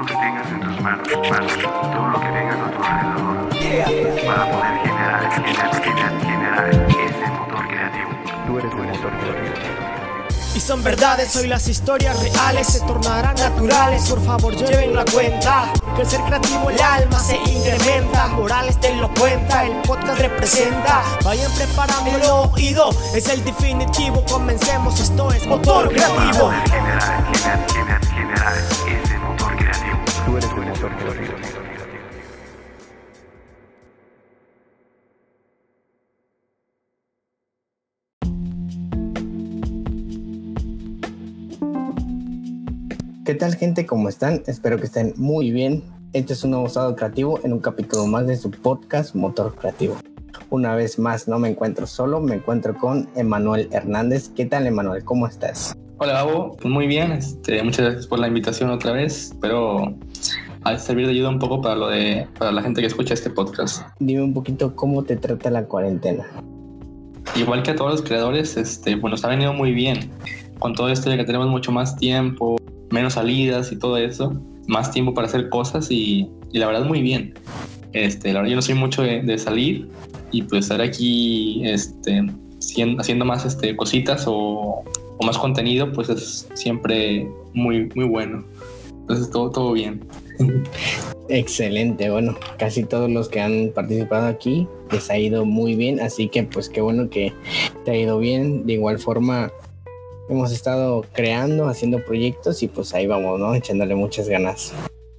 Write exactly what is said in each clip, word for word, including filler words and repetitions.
lo que tengas en tus manos, manos, todo lo que tengas a tu alrededor, para poder generar, generar, generar, generar ese motor creativo. Tú eres el motor creativo. Y son verdades, hoy las historias reales se tornarán naturales. Por favor, lleven la cuenta que el ser creativo el alma se incrementa. Morales te lo cuenta, el podcast representa. Vayan preparando el oído, es el definitivo. Comencemos, esto es Motor Creativo. Para poder generar, generar, generar, generar ese motor creativo. Tú eres el motor creativo. ¿Qué tal, gente? ¿Cómo están? Espero que estén muy bien. Este es un nuevo sábado creativo en un capítulo más de su podcast Motor Creativo. Una vez más no me encuentro solo, me encuentro con Emanuel Hernández. ¿Qué tal, Emanuel? ¿Cómo estás? Hola, Gabo. Pues muy bien. Este, muchas gracias por la invitación otra vez. Espero a servir de ayuda un poco para lo de para la gente que escucha este podcast. Dime un poquito cómo te trata la cuarentena. Igual que a todos los creadores, este, pues nos ha venido muy bien. Con todo esto de que tenemos mucho más tiempo, menos salidas y todo eso, más tiempo para hacer cosas y, y la verdad muy bien. Este, la verdad yo no soy mucho de, de salir y pues estar aquí este, siendo, haciendo más este, cositas o, o más contenido pues es siempre muy, muy bueno. Entonces todo, todo bien. Excelente, bueno, casi todos los que han participado aquí les ha ido muy bien, así que pues qué bueno que te ha ido bien. De igual forma hemos estado creando, haciendo proyectos y pues ahí vamos, ¿no? Echándole muchas ganas.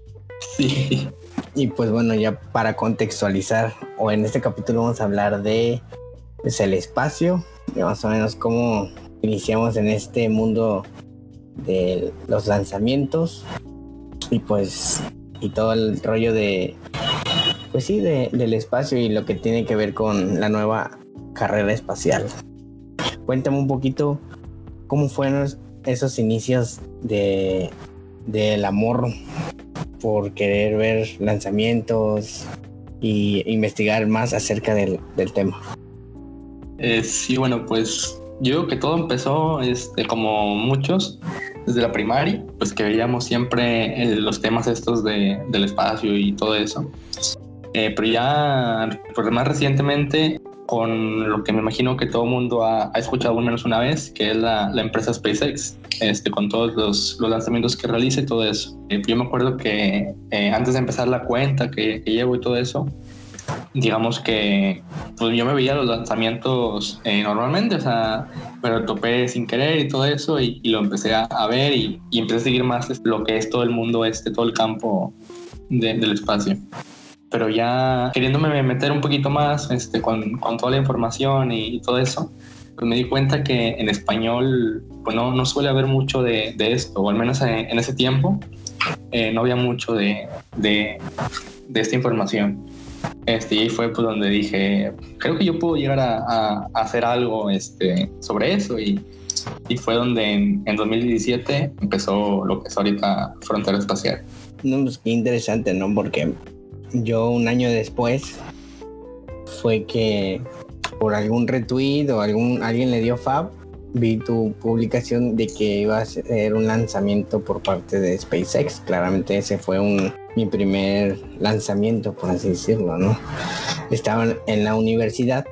Sí. Y pues bueno, ya para contextualizar, o en este capítulo vamos a hablar de pues, el espacio, de más o menos cómo iniciamos en este mundo de los lanzamientos y pues y todo el rollo de pues sí, de, del espacio y lo que tiene que ver con la nueva carrera espacial. Cuéntame un poquito cómo fueron esos inicios de del amor por querer ver lanzamientos y investigar más acerca del, del tema. Eh, sí, bueno, pues yo creo que todo empezó este, como muchos desde la primaria, pues que veíamos siempre eh, los temas estos de, del espacio y todo eso. Eh, pero ya, pues más recientemente, con lo que me imagino que todo el mundo ha, ha escuchado al menos una vez, que es la, la empresa SpaceX, este, con todos los, los lanzamientos que realiza y todo eso. Eh, yo me acuerdo que eh, antes de empezar la cuenta que, que llevo y todo eso, digamos que pues yo me veía los lanzamientos eh, normalmente, o sea, pero topé sin querer y todo eso y, y lo empecé a, a ver y, y empecé a seguir más lo que es todo el mundo este, todo el campo de, del espacio. Pero ya queriéndome meter un poquito más este, con, con toda la información y, y todo eso, pues me di cuenta que en español pues no, no suele haber mucho de, de esto, o al menos en, en ese tiempo eh, no había mucho de, de, de esta información. Este, y ahí fue pues, donde dije, creo que yo puedo llegar a, a, a hacer algo este, sobre eso y, y fue donde en, en dos mil diecisiete empezó lo que es ahorita Frontera Espacial. No, pues qué interesante, ¿no? Porque yo un año después fue que por algún retweet o algún alguien le dio fab, vi tu publicación de que iba a ser un lanzamiento por parte de SpaceX. Claramente ese fue un, mi primer lanzamiento, por así decirlo, ¿no? Estaba en la universidad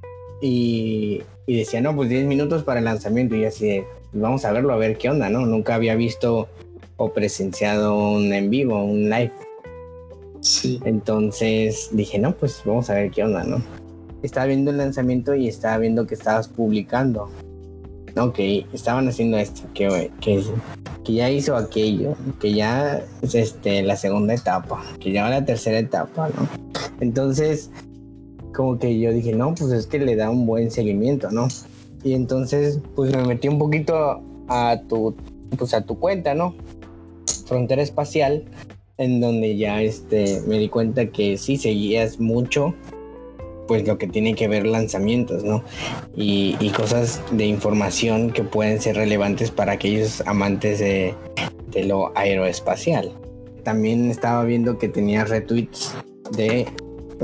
y, y decía, no, pues diez minutos para el lanzamiento. Y yo así de, vamos a verlo, a ver qué onda, ¿no? Nunca había visto o presenciado un en vivo, un live. Sí. Entonces dije, no, pues vamos a ver qué onda, ¿no? Estaba viendo el lanzamiento y estaba viendo que estabas publicando. Ok, estaban haciendo esto, que, que, que ya hizo aquello, que ya es este, la segunda etapa, que ya va la tercera etapa, ¿no? Entonces, como que yo dije, no, pues es que le da un buen seguimiento, ¿no? Y entonces, pues me metí un poquito a tu, pues a tu cuenta, ¿no? Frontera Espacial, en donde ya este, me di cuenta que sí seguías mucho pues lo que tiene que ver lanzamientos, ¿no? Y, y cosas de información que pueden ser relevantes para aquellos amantes de, de lo aeroespacial. También estaba viendo que tenía retweets de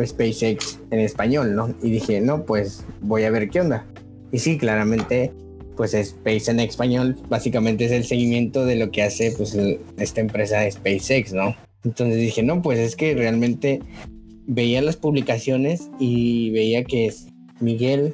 SpaceX en español, ¿no? Y dije, no, pues voy a ver qué onda. Y sí, claramente pues Space en español básicamente es el seguimiento de lo que hace pues esta empresa de SpaceX, ¿no? Entonces dije, no, pues es que realmente veía las publicaciones y veía que es Miguel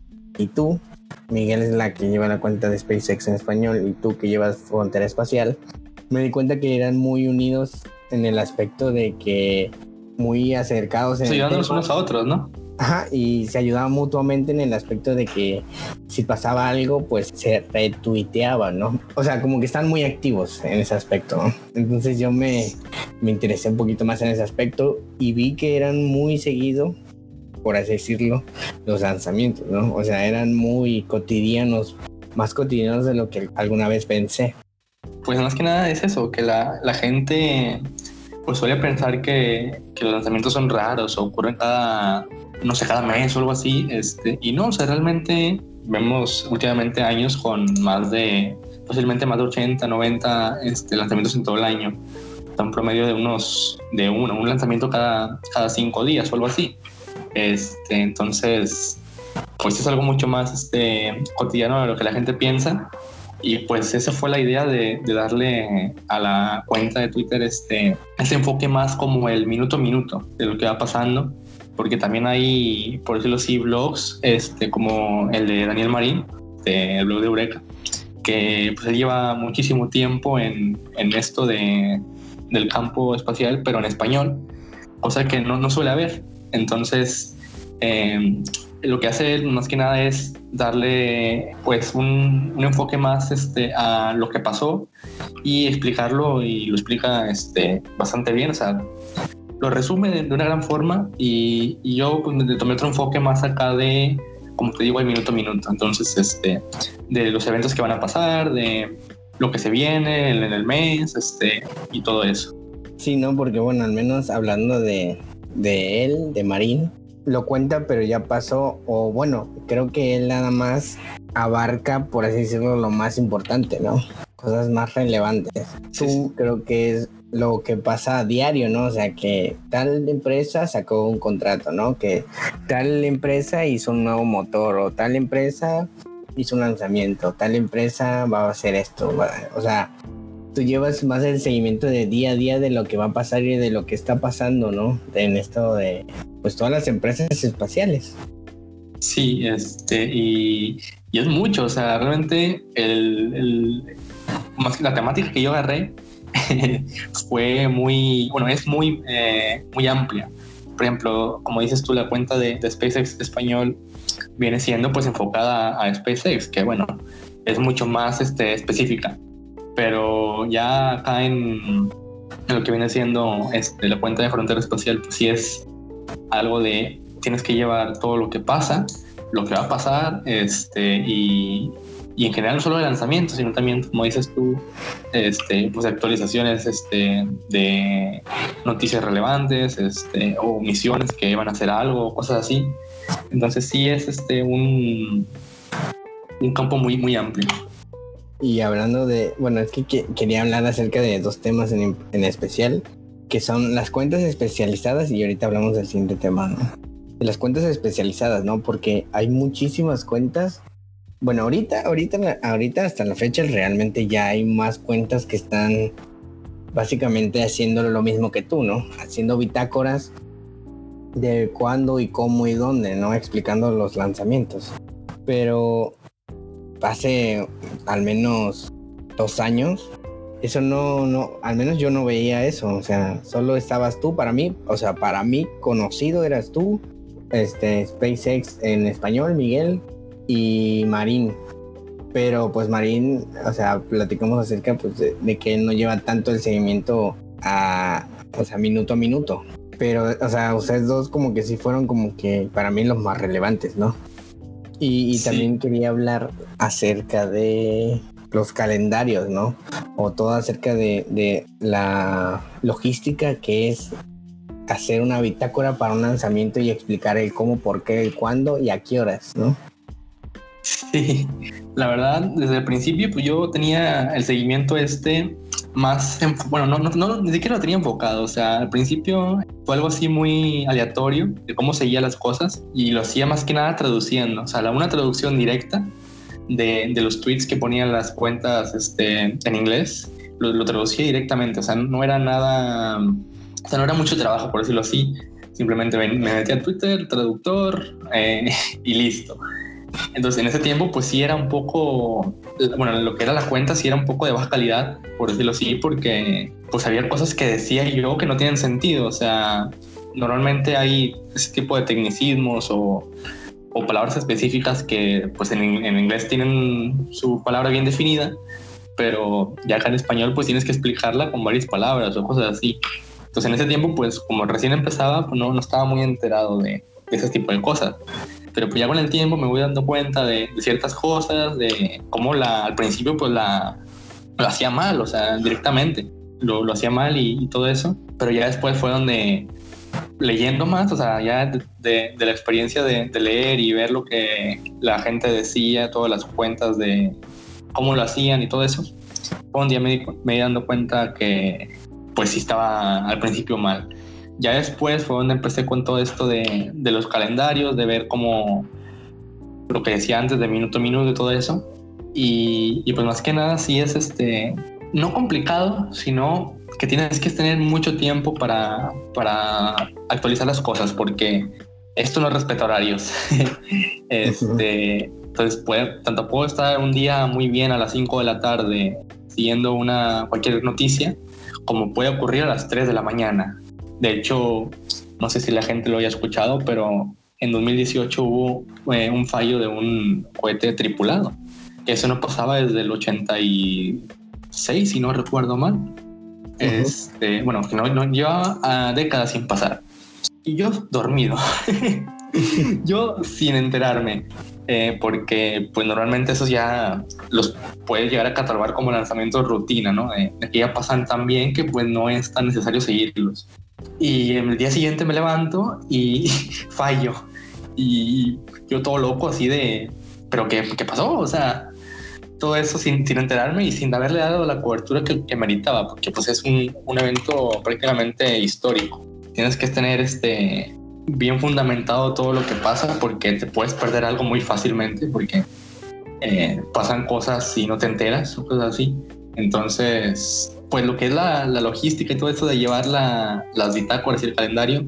y tú. Miguel es la que lleva la cuenta de SpaceX en español y tú que llevas Frontera Espacial. Me di cuenta que eran muy unidos en el aspecto de que muy acercados en sí, el ayudándonos tema. unos a otros, ¿no? Ajá, y se ayudaban mutuamente en el aspecto de que si pasaba algo, pues se retuiteaba, ¿no? O sea, como que están muy activos en ese aspecto, ¿no? Entonces yo me, me interesé un poquito más en ese aspecto y vi que eran muy seguidos, por así decirlo, los lanzamientos, ¿no? O sea, eran muy cotidianos, más cotidianos de lo que alguna vez pensé. Pues más que nada es eso, que la, la gente pues suele pensar que, que los lanzamientos son raros o ocurren cada, no sé, cada mes o algo así, este, y no, o sea, realmente vemos últimamente años con más de, posiblemente más de ochenta, noventa este, lanzamientos en todo el año, un promedio de unos, de uno, un lanzamiento cada, cada cinco días o algo así. Este, entonces, pues es algo mucho más este, cotidiano de lo que la gente piensa. Y pues esa fue la idea de, de darle a la cuenta de Twitter este, este enfoque más como el minuto a minuto de lo que va pasando, porque también hay, por decirlo así, blogs este, como el de Daniel Marín, del blog de Eureka, que pues él lleva muchísimo tiempo en, en esto de, del campo espacial, pero en español, cosa que no, no suele haber. Entonces, eh, lo que hace él más que nada es darle pues un, un enfoque más este, a lo que pasó y explicarlo, y lo explica este, bastante bien, o sea, lo resume de, de una gran forma, y, y yo pues, me tomé otro enfoque más acá de, como te digo, el minuto a minuto. Entonces, este, de los eventos que van a pasar, de lo que se viene en, en el mes, este, y todo eso. Sí, no, porque bueno, al menos hablando de, de él, de Marín, lo cuenta, pero ya pasó, o bueno, creo que él nada más abarca, por así decirlo, lo más importante, ¿no? Cosas más relevantes. Sí, Tú sí. creo que es lo que pasa a diario, ¿no? O sea, que tal empresa sacó un contrato, ¿no? Que tal empresa hizo un nuevo motor, o tal empresa hizo un lanzamiento, tal empresa va a hacer esto, va, o sea, tú llevas más el seguimiento de día a día de lo que va a pasar y de lo que está pasando, ¿no? En esto de, pues, todas las empresas espaciales. Sí, este, y, y es mucho, o sea, realmente el, el, más que la temática que yo agarré fue muy, bueno, es muy, eh, muy amplia. Por ejemplo, como dices tú, la cuenta de, de SpaceX español viene siendo pues enfocada a SpaceX, que bueno, es mucho más este, específica. Pero ya acá en, en lo que viene siendo este, la cuenta de Frontera Espacial, pues sí es algo de tienes que llevar todo lo que pasa, lo que va a pasar, este, y, y en general no solo de lanzamientos, sino también, como dices tú, este, pues actualizaciones este, de noticias relevantes, este, o misiones que van a hacer algo, cosas así. Entonces sí es este, un, un campo muy, muy amplio. Y hablando de, bueno, es que, que quería hablar acerca de dos temas en, en especial, que son las cuentas especializadas, y ahorita hablamos del siguiente tema, ¿no? De las cuentas especializadas, ¿no? Porque hay muchísimas cuentas. Bueno, ahorita, ahorita, ahorita hasta la fecha realmente ya hay más cuentas que están básicamente haciendo lo mismo que tú, ¿no? Haciendo bitácoras de cuándo y cómo y dónde, ¿no? Explicando los lanzamientos. Pero hace al menos dos años, eso no, no, al menos yo no veía eso, o sea, solo estabas tú para mí, o sea, para mí conocido eras tú, este, SpaceX en español, Miguel y Marín, pero pues Marín, o sea, platicamos acerca pues de, de que él no lleva tanto el seguimiento a, o sea, minuto a minuto, pero, o sea, ustedes dos como que sí fueron como que para mí los más relevantes, ¿no? Y, y sí. También quería hablar acerca de los calendarios, ¿no? O todo acerca de, de la logística que es hacer una bitácora para un lanzamiento y explicar el cómo, por qué, el cuándo y a qué horas, ¿no? Sí, la verdad, desde el principio pues yo tenía el seguimiento este más, enf- bueno, no, no, no, ni siquiera lo tenía enfocado, o sea, al principio fue algo así muy aleatorio de cómo seguía las cosas y lo hacía más que nada traduciendo, o sea, la, una traducción directa de, de los tweets que ponían las cuentas este, en inglés, lo, lo traducía directamente, o sea, no era nada, o sea, no era mucho trabajo, por decirlo así. Simplemente me metí a Twitter, traductor, eh, y listo. Entonces, en ese tiempo, pues sí era un poco, bueno, lo que era la cuenta sí era un poco de baja calidad, por decirlo así, porque pues había cosas que decía yo que no tienen sentido. O sea, normalmente hay ese tipo de tecnicismos o, o palabras específicas que pues en, en inglés tienen su palabra bien definida, pero ya acá en español pues tienes que explicarla con varias palabras o cosas así. Entonces en ese tiempo, pues como recién empezaba, pues no, no estaba muy enterado de, de ese tipo de cosas. Pero pues ya con el tiempo me voy dando cuenta de, de ciertas cosas, de cómo la, al principio pues la, lo hacía mal, o sea, directamente. Lo, lo hacía mal y, y todo eso. Pero ya después fue donde, leyendo más, o sea, ya de, de, de la experiencia de, de leer y ver lo que la gente decía, todas las cuentas de cómo lo hacían y todo eso, un día me, me di dando cuenta que pues sí estaba al principio mal. Ya después fue donde empecé con todo esto de, de los calendarios, de ver cómo lo que decía antes de minuto a minuto y todo eso. Y, y pues más que nada sí es este, no complicado, sino que tienes que tener mucho tiempo para, para actualizar las cosas, porque esto no respeta horarios. este, entonces puede, tanto puedo estar un día muy bien a las cinco de la tarde siguiendo una, cualquier noticia, como puede ocurrir a las tres de la mañana. De hecho, no sé si la gente lo haya escuchado, pero en dos mil dieciocho hubo eh, un fallo de un cohete tripulado. Que eso no pasaba desde el ochenta y seis, si no recuerdo mal. Uh-huh. Este, bueno, que no, no llevaba uh, décadas sin pasar. Y yo dormido. Yo sin enterarme. Eh, porque pues normalmente esos ya los puedes llegar a catalogar como lanzamientos rutina, ¿no? Eh, que ya pasan tan bien que pues no es tan necesario seguirlos. Y el día siguiente me levanto y fallo. Y yo todo loco así de, ¿pero qué, qué pasó? O sea, todo eso sin, sin enterarme y sin haberle dado la cobertura que, que meritaba, porque pues es un, un evento prácticamente histórico. Tienes que tener este... bien fundamentado todo lo que pasa, porque te puedes perder algo muy fácilmente, porque eh, pasan cosas y no te enteras o cosas así. Entonces, pues lo que es la, la logística y todo eso de llevar la, las bitácoras y el calendario,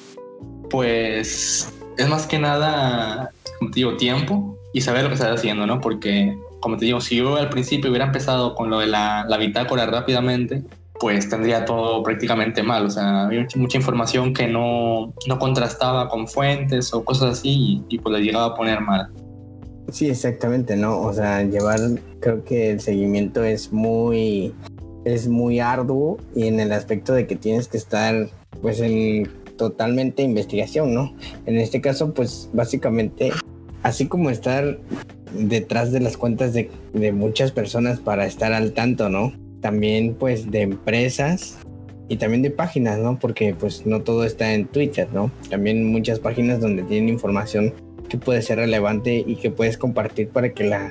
pues es más que nada, como te digo, tiempo y saber lo que estás haciendo, ¿no? Porque, como te digo, si yo al principio hubiera empezado con lo de la, la bitácora rápidamente, pues tendría todo prácticamente mal. O sea, había mucha información que no, no contrastaba con fuentes o cosas así y, y pues le llegaba a poner mal. Sí, exactamente, ¿no? O sea, llevar, creo que el seguimiento es muy, es muy arduo, y en el aspecto de que tienes que estar, pues, en totalmente investigación, ¿no? En este caso, pues, básicamente, así como estar detrás de las cuentas de, de muchas personas para estar al tanto, ¿no? También pues de empresas y también de páginas, ¿no? Porque pues no todo está en Twitter, ¿no? También muchas páginas donde tienen información que puede ser relevante y que puedes compartir para que la,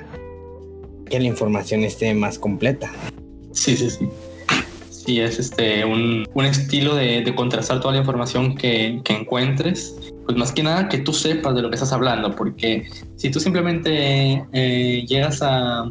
que la información esté más completa. Sí, sí, sí. Sí, es este un, un estilo de, de contrastar toda la información que, que encuentres. Pues más que nada que tú sepas de lo que estás hablando, porque si tú simplemente eh, llegas a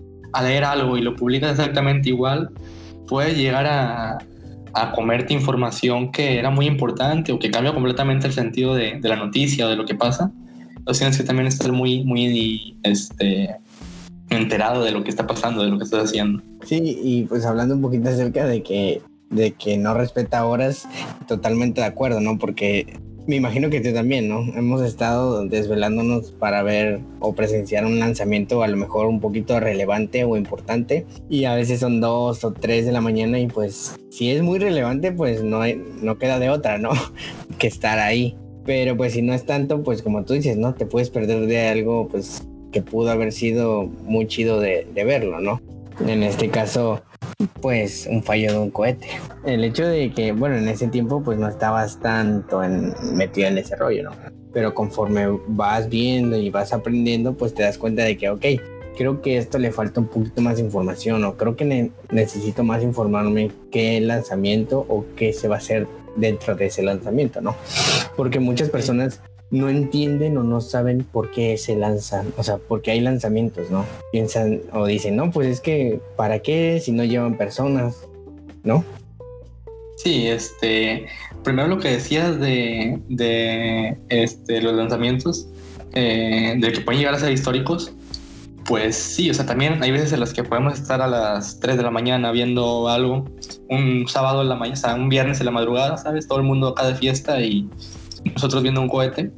a leer algo y lo publicas exactamente igual, puedes llegar a, a comerte información que era muy importante o que cambia completamente el sentido de, de la noticia o de lo que pasa. Entonces tienes que también estar muy, muy este, enterado de lo que está pasando, de lo que estás haciendo. Sí, y pues hablando un poquito acerca de que, de que no respeta horas, totalmente de acuerdo, ¿no? Porque me imagino que tú también, ¿no? Hemos estado desvelándonos para ver o presenciar un lanzamiento a lo mejor un poquito relevante o importante, y a veces son dos o tres de la mañana, y pues si es muy relevante, pues no hay, no queda de otra, ¿no? que estar ahí. Pero pues si no es tanto, pues como tú dices, ¿no? Te puedes perder de algo pues que pudo haber sido muy chido de, de verlo, ¿no? En este caso, pues un fallo de un cohete. El hecho de que, bueno, en ese tiempo pues no estabas tanto en, metido en ese rollo, ¿no? Pero conforme vas viendo y vas aprendiendo, pues te das cuenta de que, ok, creo que esto le falta un poquito más de información, o creo que ne- necesito más informarme qué lanzamiento o qué se va a hacer dentro de ese lanzamiento, ¿no? Porque muchas personas no entienden o no saben por qué se lanzan, o sea, por qué hay lanzamientos, ¿no? Piensan o dicen, no, pues es que, ¿para qué si no llevan personas, ¿no? Sí, este, primero lo que decías de, de este, los lanzamientos, eh, de que pueden llegar a ser históricos, pues sí, o sea, también hay veces en las que podemos estar a las tres de la mañana viendo algo, un sábado en la mañana, o sea, un viernes en la madrugada, ¿sabes? Todo el mundo acá de fiesta y nosotros viendo un cohete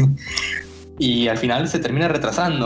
y al final se termina retrasando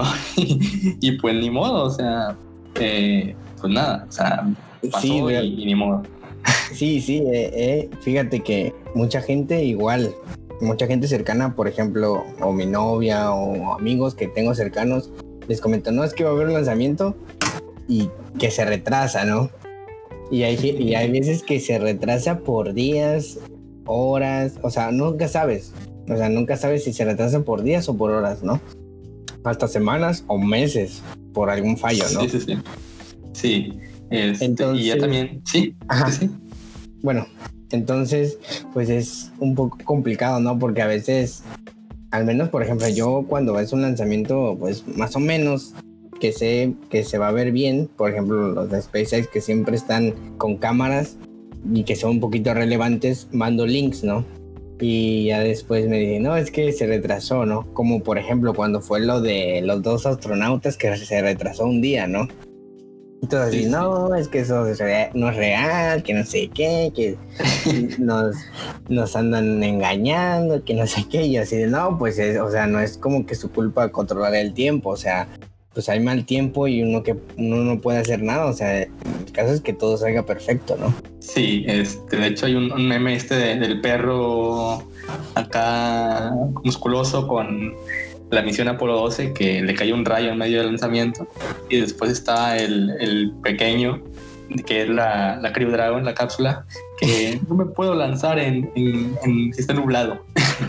y pues ni modo, o sea, eh, pues nada, o sea, pasó sí, y, y ni modo. Sí, sí, eh, eh, fíjate que mucha gente igual, mucha gente cercana, por ejemplo, o mi novia o amigos que tengo cercanos, les comento, no, es que va a haber un lanzamiento y que se retrasa, ¿no? Y hay, y hay veces que se retrasa por días, horas, o sea, nunca sabes, o sea, nunca sabes si se retrasa por días o por horas, ¿no? Hasta semanas o meses por algún fallo, ¿no? Sí, sí, sí. Sí, este, entonces, y ya también, sí, ajá. sí. Bueno, entonces, pues es un poco complicado, ¿no? Porque a veces, al menos, por ejemplo, yo cuando es un lanzamiento, pues más o menos que sé que se va a ver bien, por ejemplo, los de SpaceX que siempre están con cámaras y que son un poquito relevantes, mando links, ¿no? Y ya después me dicen, no, es que se retrasó, ¿no? Como por ejemplo cuando fue lo de los dos astronautas que se retrasó un día, ¿no? Entonces, sí, no, es que eso es real, no es real, que no sé qué, que nos, nos andan engañando, que no sé qué, y así de, no, pues, es, o sea, no es como que su culpa controlar el tiempo, o sea, pues hay mal tiempo y uno que uno no puede hacer nada, o sea, el caso es que todo salga perfecto, ¿no? Sí, este, de hecho hay un, un meme este de, del perro acá musculoso con la misión Apolo doce, que le cayó un rayo en medio del lanzamiento, y después está el, el pequeño, que es la, la Crew Dragon, la cápsula, que no me puedo lanzar en, en, en si está nublado.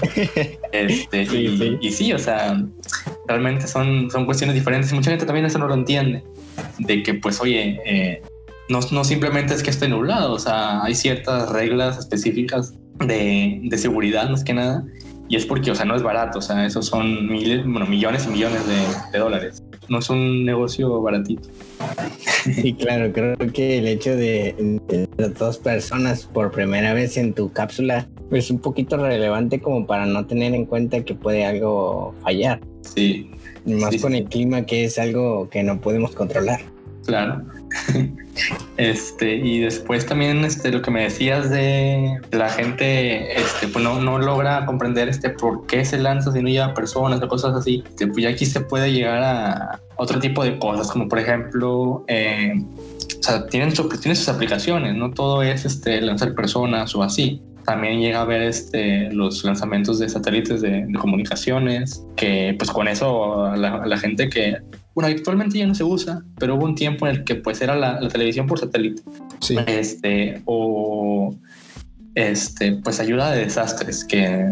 este, sí, y, sí. y sí, o sea, realmente son, son cuestiones diferentes, y mucha gente también eso no lo entiende, de que pues oye, eh, no, no simplemente es que esté nublado, o sea, hay ciertas reglas específicas de, de seguridad más que nada, y es porque, o sea, no es barato, o sea, esos son miles, bueno, millones y millones de, de dólares. No es un negocio baratito. Sí, claro, creo que el hecho de, de dos personas por primera vez en tu cápsula es un poquito relevante como para no tener en cuenta que puede algo fallar. Sí. Más sí, con sí. el clima, que es algo que no podemos controlar. Claro. Este, y después también este, lo que me decías de la gente este, pues no, no logra comprender este, por qué se lanza si no lleva personas o cosas así. Este, pues ya aquí se puede llegar a otro tipo de cosas, como por ejemplo, eh, o sea, tienen, su, tienen sus aplicaciones, no todo es este, lanzar personas o así. También llega a ver este, los lanzamientos de satélites de, de comunicaciones, que pues con eso a la, a la gente que, bueno, actualmente ya no se usa, pero hubo un tiempo en el que pues era la, la televisión por satélite. Sí. Este, o este, pues ayuda de desastres, que,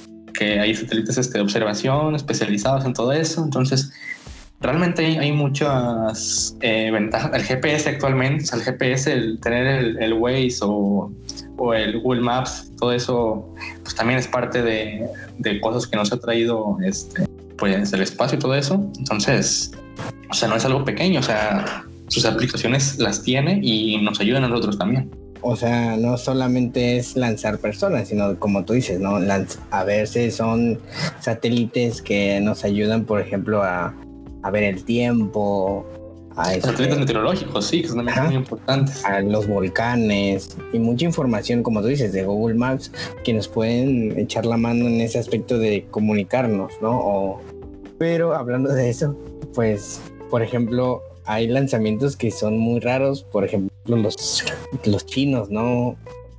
que hay satélites este, de observación especializados en todo eso. Entonces, realmente hay, hay muchas eh, ventajas. El G P S actualmente, o sea, el G P S, el tener el, el Waze o, o el Google Maps, todo eso, pues también es parte de, de cosas que nos ha traído este, pues, el espacio y todo eso. Entonces, o sea, no es algo pequeño, o sea, sus aplicaciones las tiene y nos ayudan a nosotros también. O sea, no solamente es lanzar personas, sino como tú dices, ¿no? Lanz- a veces son satélites que nos ayudan, por ejemplo, a, a ver el tiempo, a este, satélites meteorológicos, sí, que son también muy importantes. A los volcanes y mucha información, como tú dices, de Google Maps, que nos pueden echar la mano en ese aspecto de comunicarnos, ¿no? O, pero hablando de eso, pues, por ejemplo, hay lanzamientos que son muy raros, por ejemplo, los, los chinos, ¿no?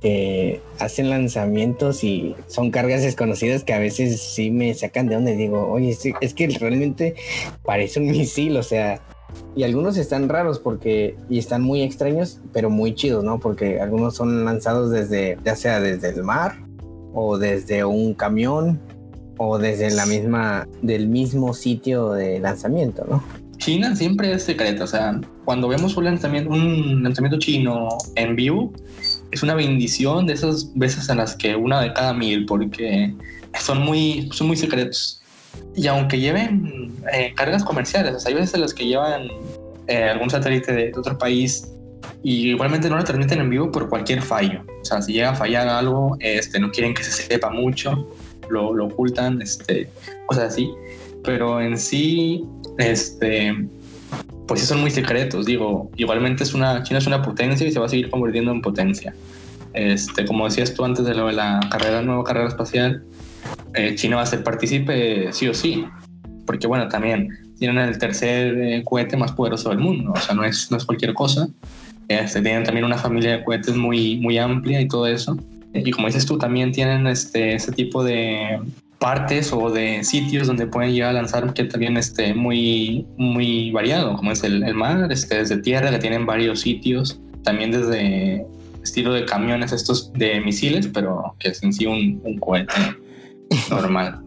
Que hacen lanzamientos y son cargas desconocidas que a veces sí me sacan de donde digo, oye, es, es que realmente parece un misil, o sea, y algunos están raros porque, y están muy extraños, pero muy chidos, ¿no? Porque algunos son lanzados desde, ya sea desde el mar, o desde un camión, o desde la misma, del mismo sitio de lanzamiento, ¿no? China siempre es secreta, o sea, cuando vemos un lanzamiento, un lanzamiento chino en vivo, es una bendición de esas veces en las que una de cada mil, porque son muy, son muy secretos. Y aunque lleven eh, cargas comerciales, o sea, hay veces en las que llevan eh, algún satélite de, de otro país y igualmente no lo transmiten en vivo por cualquier fallo. O sea, si llega a fallar algo, este, no quieren que se sepa mucho, lo, lo ocultan, este, cosas así. Pero en sí, este, pues sí son muy secretos. Digo, igualmente es una, China es una potencia y se va a seguir convirtiendo en potencia. Este, como decías tú antes de lo de la carrera, nueva carrera espacial, eh, China va a ser partícipe sí o sí, porque bueno, también tienen el tercer eh, cohete más poderoso del mundo, o sea, no es, no es cualquier cosa. Este, tienen también una familia de cohetes muy, muy amplia y todo eso, y como dices tú, también tienen este, ese tipo de partes o de sitios donde pueden llegar a lanzar, que también este, muy, muy variado, como es el, el mar, este, desde tierra, que tienen varios sitios, también desde estilo de camiones estos de misiles, pero que es en sí un, un cohete normal.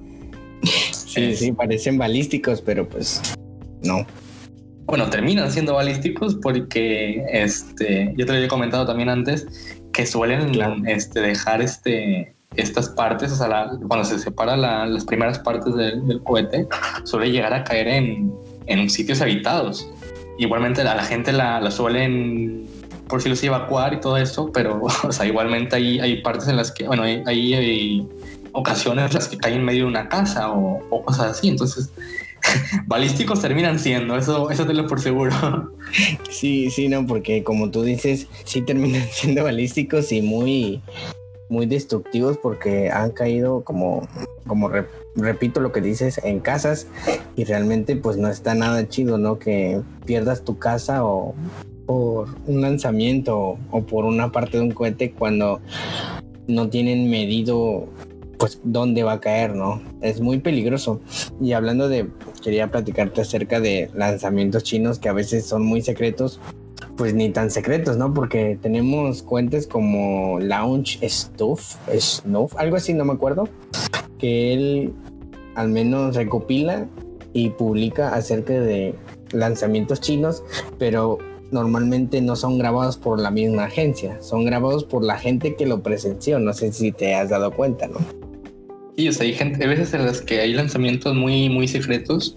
Sí, es, sí, parecen balísticos, pero pues no. Bueno, terminan siendo balísticos porque este, yo te lo había comentado también antes, que suelen claro. este, dejar este, estas partes, o sea, la, cuando se separan la, las primeras partes del, del cohete, suele llegar a caer en, en sitios habitados. Igualmente a la gente la, la suelen, por si los evacuar y todo eso, pero o sea, igualmente hay, hay partes en las que, bueno, hay, hay, hay ocasiones en las que caen en medio de una casa o, o cosas así, entonces balísticos terminan siendo, eso, eso te lo por seguro. Sí, sí, no, porque como tú dices, sí terminan siendo balísticos y muy, muy destructivos porque han caído como, como re, repito lo que dices, en casas y realmente pues no está nada chido, ¿no? Que pierdas tu casa o por un lanzamiento o por una parte de un cohete cuando no tienen medido pues dónde va a caer, ¿no? Es muy peligroso. Y hablando de, quería platicarte acerca de lanzamientos chinos que a veces son muy secretos, pues ni tan secretos, ¿no? Porque tenemos cuentas como Launch Stuff, Snuff, algo así, no me acuerdo, que él al menos recopila y publica acerca de lanzamientos chinos, pero normalmente no son grabados por la misma agencia, son grabados por la gente que lo presenció. No sé si te has dado cuenta, ¿no? Sí, o sea, hay, gente, hay veces en las que hay lanzamientos muy, muy secretos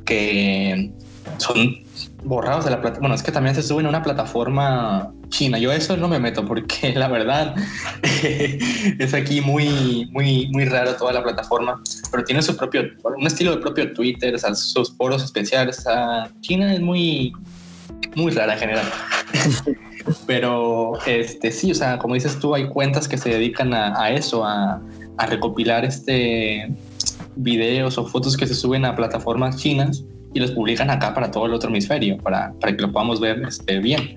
que son borrados de la plataforma. Bueno, es que también se suben a una plataforma china. Yo eso no me meto porque la verdad es aquí muy, muy, muy raro toda la plataforma, pero tiene su propio, un estilo de propio Twitter, o sea, sus foros especiales. O sea, China es muy, muy rara en general. Pero este sí, o sea, como dices tú, hay cuentas que se dedican a, a eso, a, a recopilar este videos o fotos que se suben a plataformas chinas y los publican acá para todo el otro hemisferio, para, para que lo podamos ver este, bien.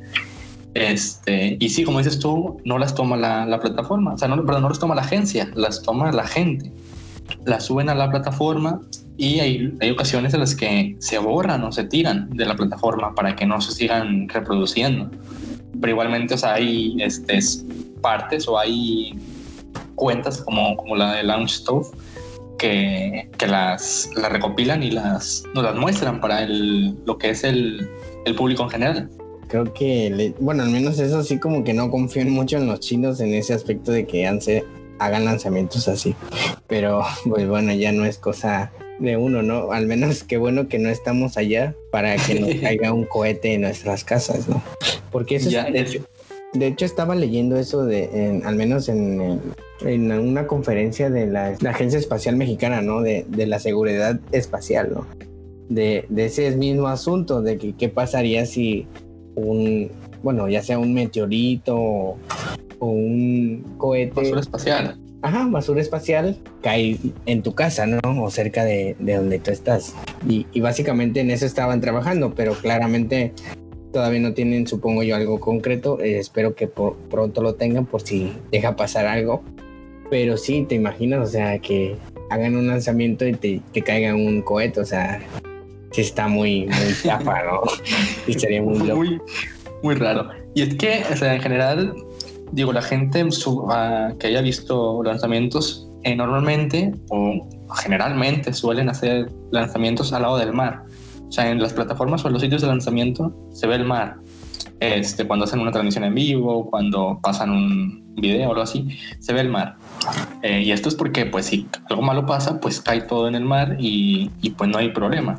Este, y sí, como dices tú, no las toma la, la plataforma, o sea, no, perdón, no las toma la agencia, las toma la gente. Las suben a la plataforma y hay, hay ocasiones en las que se borran o se tiran de la plataforma para que no se sigan reproduciendo. Pero igualmente, o sea, hay este, partes o hay cuentas como, como la de Launch Stuff que, que las, las recopilan y las, nos las muestran para el, lo que es el, el público en general. Creo que, le, bueno, al menos eso sí, como que no confío mucho en los chinos en ese aspecto de que hace, hagan lanzamientos así. Pero, pues bueno, ya no es cosa de uno, ¿no? Al menos qué bueno que no estamos allá para que nos caiga un cohete en nuestras casas, ¿no? Porque eso ya, es, de, hecho, de hecho estaba leyendo eso de, en, al menos en, en una conferencia de la, la Agencia Espacial Mexicana, ¿no? De, de la seguridad espacial, ¿no? De, de ese mismo asunto, de que qué pasaría si un, bueno, ya sea un meteorito o, o un cohete. Basura espacial. Ajá, basura espacial cae en tu casa, ¿no? O cerca de, de donde tú estás. Y, y básicamente en eso estaban trabajando, pero claramente todavía no tienen, supongo yo, algo concreto. Eh, espero que por, pronto lo tengan por si deja pasar algo. Pero sí, te imaginas, o sea, que hagan un lanzamiento y te, te caiga un cohete, o sea, sí está muy, muy chafa, ¿no? Y sería muy loco. Muy, muy raro. Y es que, o sea, en general, digo, la gente su, uh, que haya visto lanzamientos, eh, normalmente o generalmente suelen hacer lanzamientos al lado del mar. O sea, en las plataformas o en los sitios de lanzamiento se ve el mar. Este, cuando hacen una transmisión en vivo, cuando pasan un, video o algo así, se ve el mar. Eh, y esto es porque, pues, si algo malo pasa, pues cae todo en el mar y, y pues no hay problema.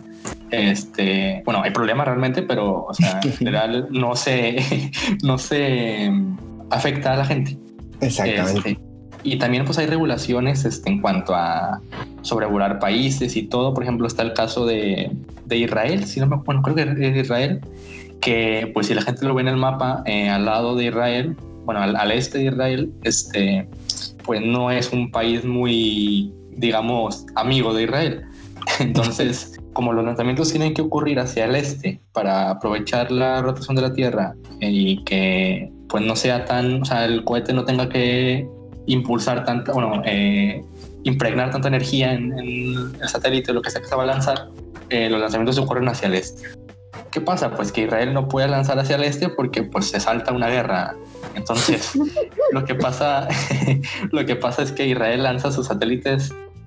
Este, bueno, hay problema realmente, pero, o sea, en general no se, no se afecta a la gente. Exactamente. Este, y también, pues, hay regulaciones este, en cuanto a sobrevolar países y todo. Por ejemplo, está el caso de, de Israel, si no me acuerdo, creo que es de Israel, que, pues, si la gente lo ve en el mapa, eh, al lado de Israel, bueno, al, al este de Israel, este, pues no es un país muy, digamos, amigo de Israel. Entonces, como los lanzamientos tienen que ocurrir hacia el este para aprovechar la rotación de la Tierra y que, pues, no sea tan, o sea, el cohete no tenga que impulsar tanta, bueno, eh, impregnar tanta energía en, en el satélite, lo que sea que se va a lanzar, eh, los lanzamientos ocurren hacia el este. ¿Qué pasa? Pues que Israel no puede lanzar hacia el este porque, pues, se salta una guerra. Entonces, lo que pasa, lo que pasa es que Israel lanza sus satélites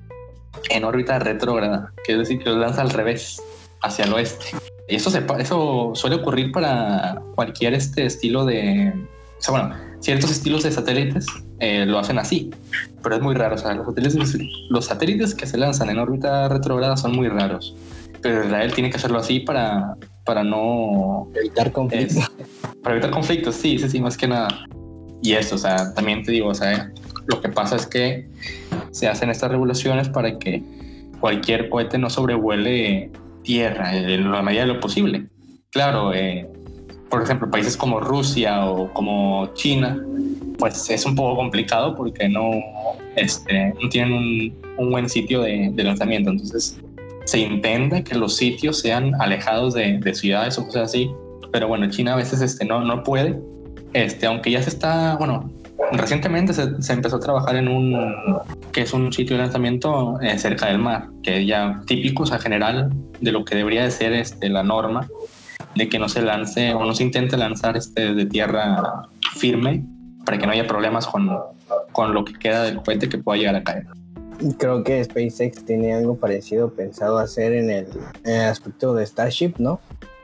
en órbita retrógrada, que es decir, que los lanza al revés, hacia el oeste. Y eso, se, eso suele ocurrir para cualquier este estilo de... O sea, bueno, ciertos estilos de satélites eh, lo hacen así, pero es muy raro. O sea, los satélites, los satélites que se lanzan en órbita retrógrada son muy raros. Pero Israel tiene que hacerlo así para, para no... Evitar conflictos. Es, para evitar conflictos, sí, sí, sí, más que nada. Y eso, o sea, también te digo, o sea, lo que pasa es que se hacen estas regulaciones para que cualquier cohete no sobrevuele tierra en la medida de lo posible. Claro, eh, por ejemplo, países como Rusia o como China, pues es un poco complicado porque no, este, no tienen un, un buen sitio de, de lanzamiento. Entonces, se intenta que los sitios sean alejados de, de ciudades o cosas así, pero bueno, China a veces este, no, no puede, este, aunque ya se está, bueno, recientemente se, se empezó a trabajar en un, que es un sitio de lanzamiento eh, cerca del mar, que ya típico, o sea, general de lo que debería de ser este, la norma, de que no se lance o no se intente lanzar este, de tierra firme para que no haya problemas con, con lo que queda del cohete que pueda llegar a caer. Creo que SpaceX tiene algo parecido pensado hacer en el, en el aspecto de Starship, ¿no?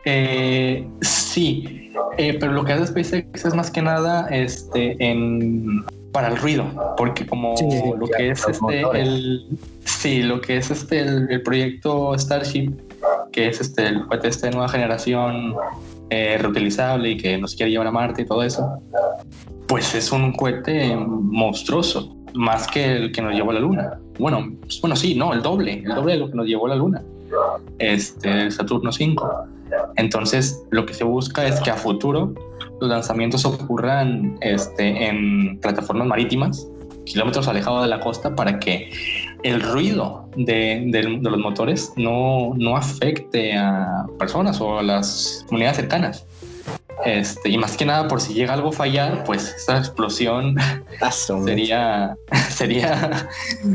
Eh, sí, eh, pero lo que hace SpaceX es más que nada este, en, para el ruido, porque como sí, sí, lo que es este, el, sí, lo que es este el, el proyecto Starship, que es este el cohete este de nueva generación eh, reutilizable y que nos quiere llevar a Marte y todo eso, pues es un cohete monstruoso, más que el que nos llevó a la Luna. Bueno, pues, bueno, sí, no, el doble, el doble de lo que nos llevó a la Luna, este, el Saturno cinco. Entonces, lo que se busca es que a futuro los lanzamientos ocurran este, en plataformas marítimas, kilómetros alejados de la costa, para que el ruido de, de, de los motores no, no afecte a personas o a las comunidades cercanas. Este, y más que nada, por si llega algo a fallar, pues esta explosión sería, sería,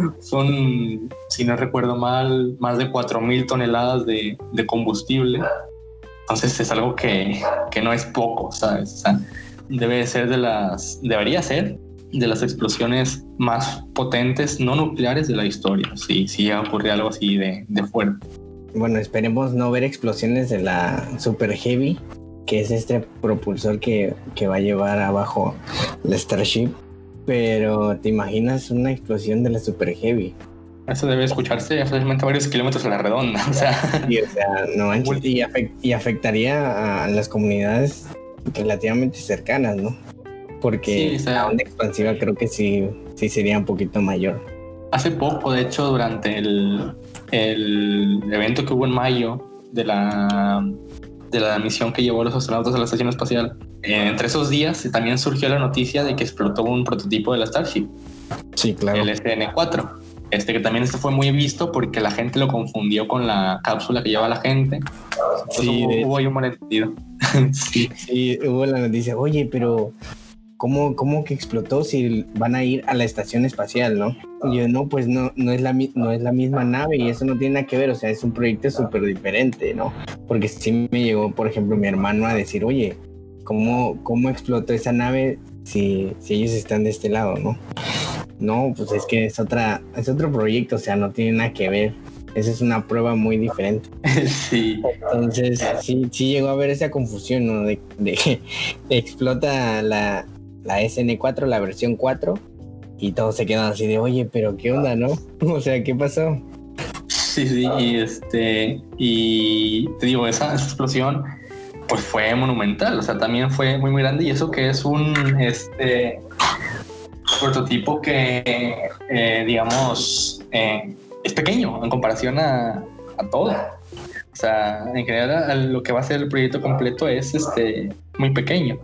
son, si no recuerdo mal, más de cuatro mil toneladas de, de combustible. Entonces es algo que, que no es poco, ¿sabes? O sea, debe ser de las, debería ser de las explosiones más potentes no nucleares de la historia, si, si llega a ocurrir algo así de, de fuerte. Bueno, esperemos no ver explosiones de la Super Heavy, que es este propulsor que, que va a llevar abajo la Starship, pero ¿te imaginas una explosión de la Super Heavy? Eso debe escucharse fácilmente a varios kilómetros a la redonda, o sea... Sí, o sea, no manches, y, afect, y afectaría a las comunidades relativamente cercanas, ¿no? Porque sí, o sea, la onda expansiva creo que sí, sí sería un poquito mayor. Hace poco, de hecho, durante el, el evento que hubo en mayo de la... de la misión que llevó a los astronautas a la estación espacial, eh, entre esos días también surgió la noticia de que explotó un prototipo de la Starship. Sí, claro. El S N cuatro. Este que también este fue muy visto porque la gente lo confundió con la cápsula que lleva la gente. Entonces sí, hubo, hubo ahí un malentendido. sí, sí, hubo la noticia. Oye, pero ¿cómo, cómo que explotó si van a ir a la estación espacial, no? Y yo, no, pues no, no, es la, no es la misma nave y eso no tiene nada que ver. O sea, es un proyecto súper diferente, ¿no? Porque sí me llegó, por ejemplo, mi hermano a decir, oye, ¿cómo, cómo explotó esa nave si, si ellos están de este lado, no? No, pues es que es otra, es otro proyecto, o sea, no tiene nada que ver. Esa es una prueba muy diferente. Sí. Entonces, sí, sí llegó a haber esa confusión, ¿no? De, de que explota la, la S N cuatro, la versión cuatro, y todos se quedan así de, oye, pero ¿qué onda, no? O sea, ¿qué pasó? Sí, sí, y este, y te digo, esa, esa explosión pues fue monumental, o sea, también fue muy, muy grande, y eso que es un, este, prototipo que, eh, digamos, eh, es pequeño en comparación a, a todo. O sea, en general, lo que va a ser el proyecto completo es, este, muy pequeño.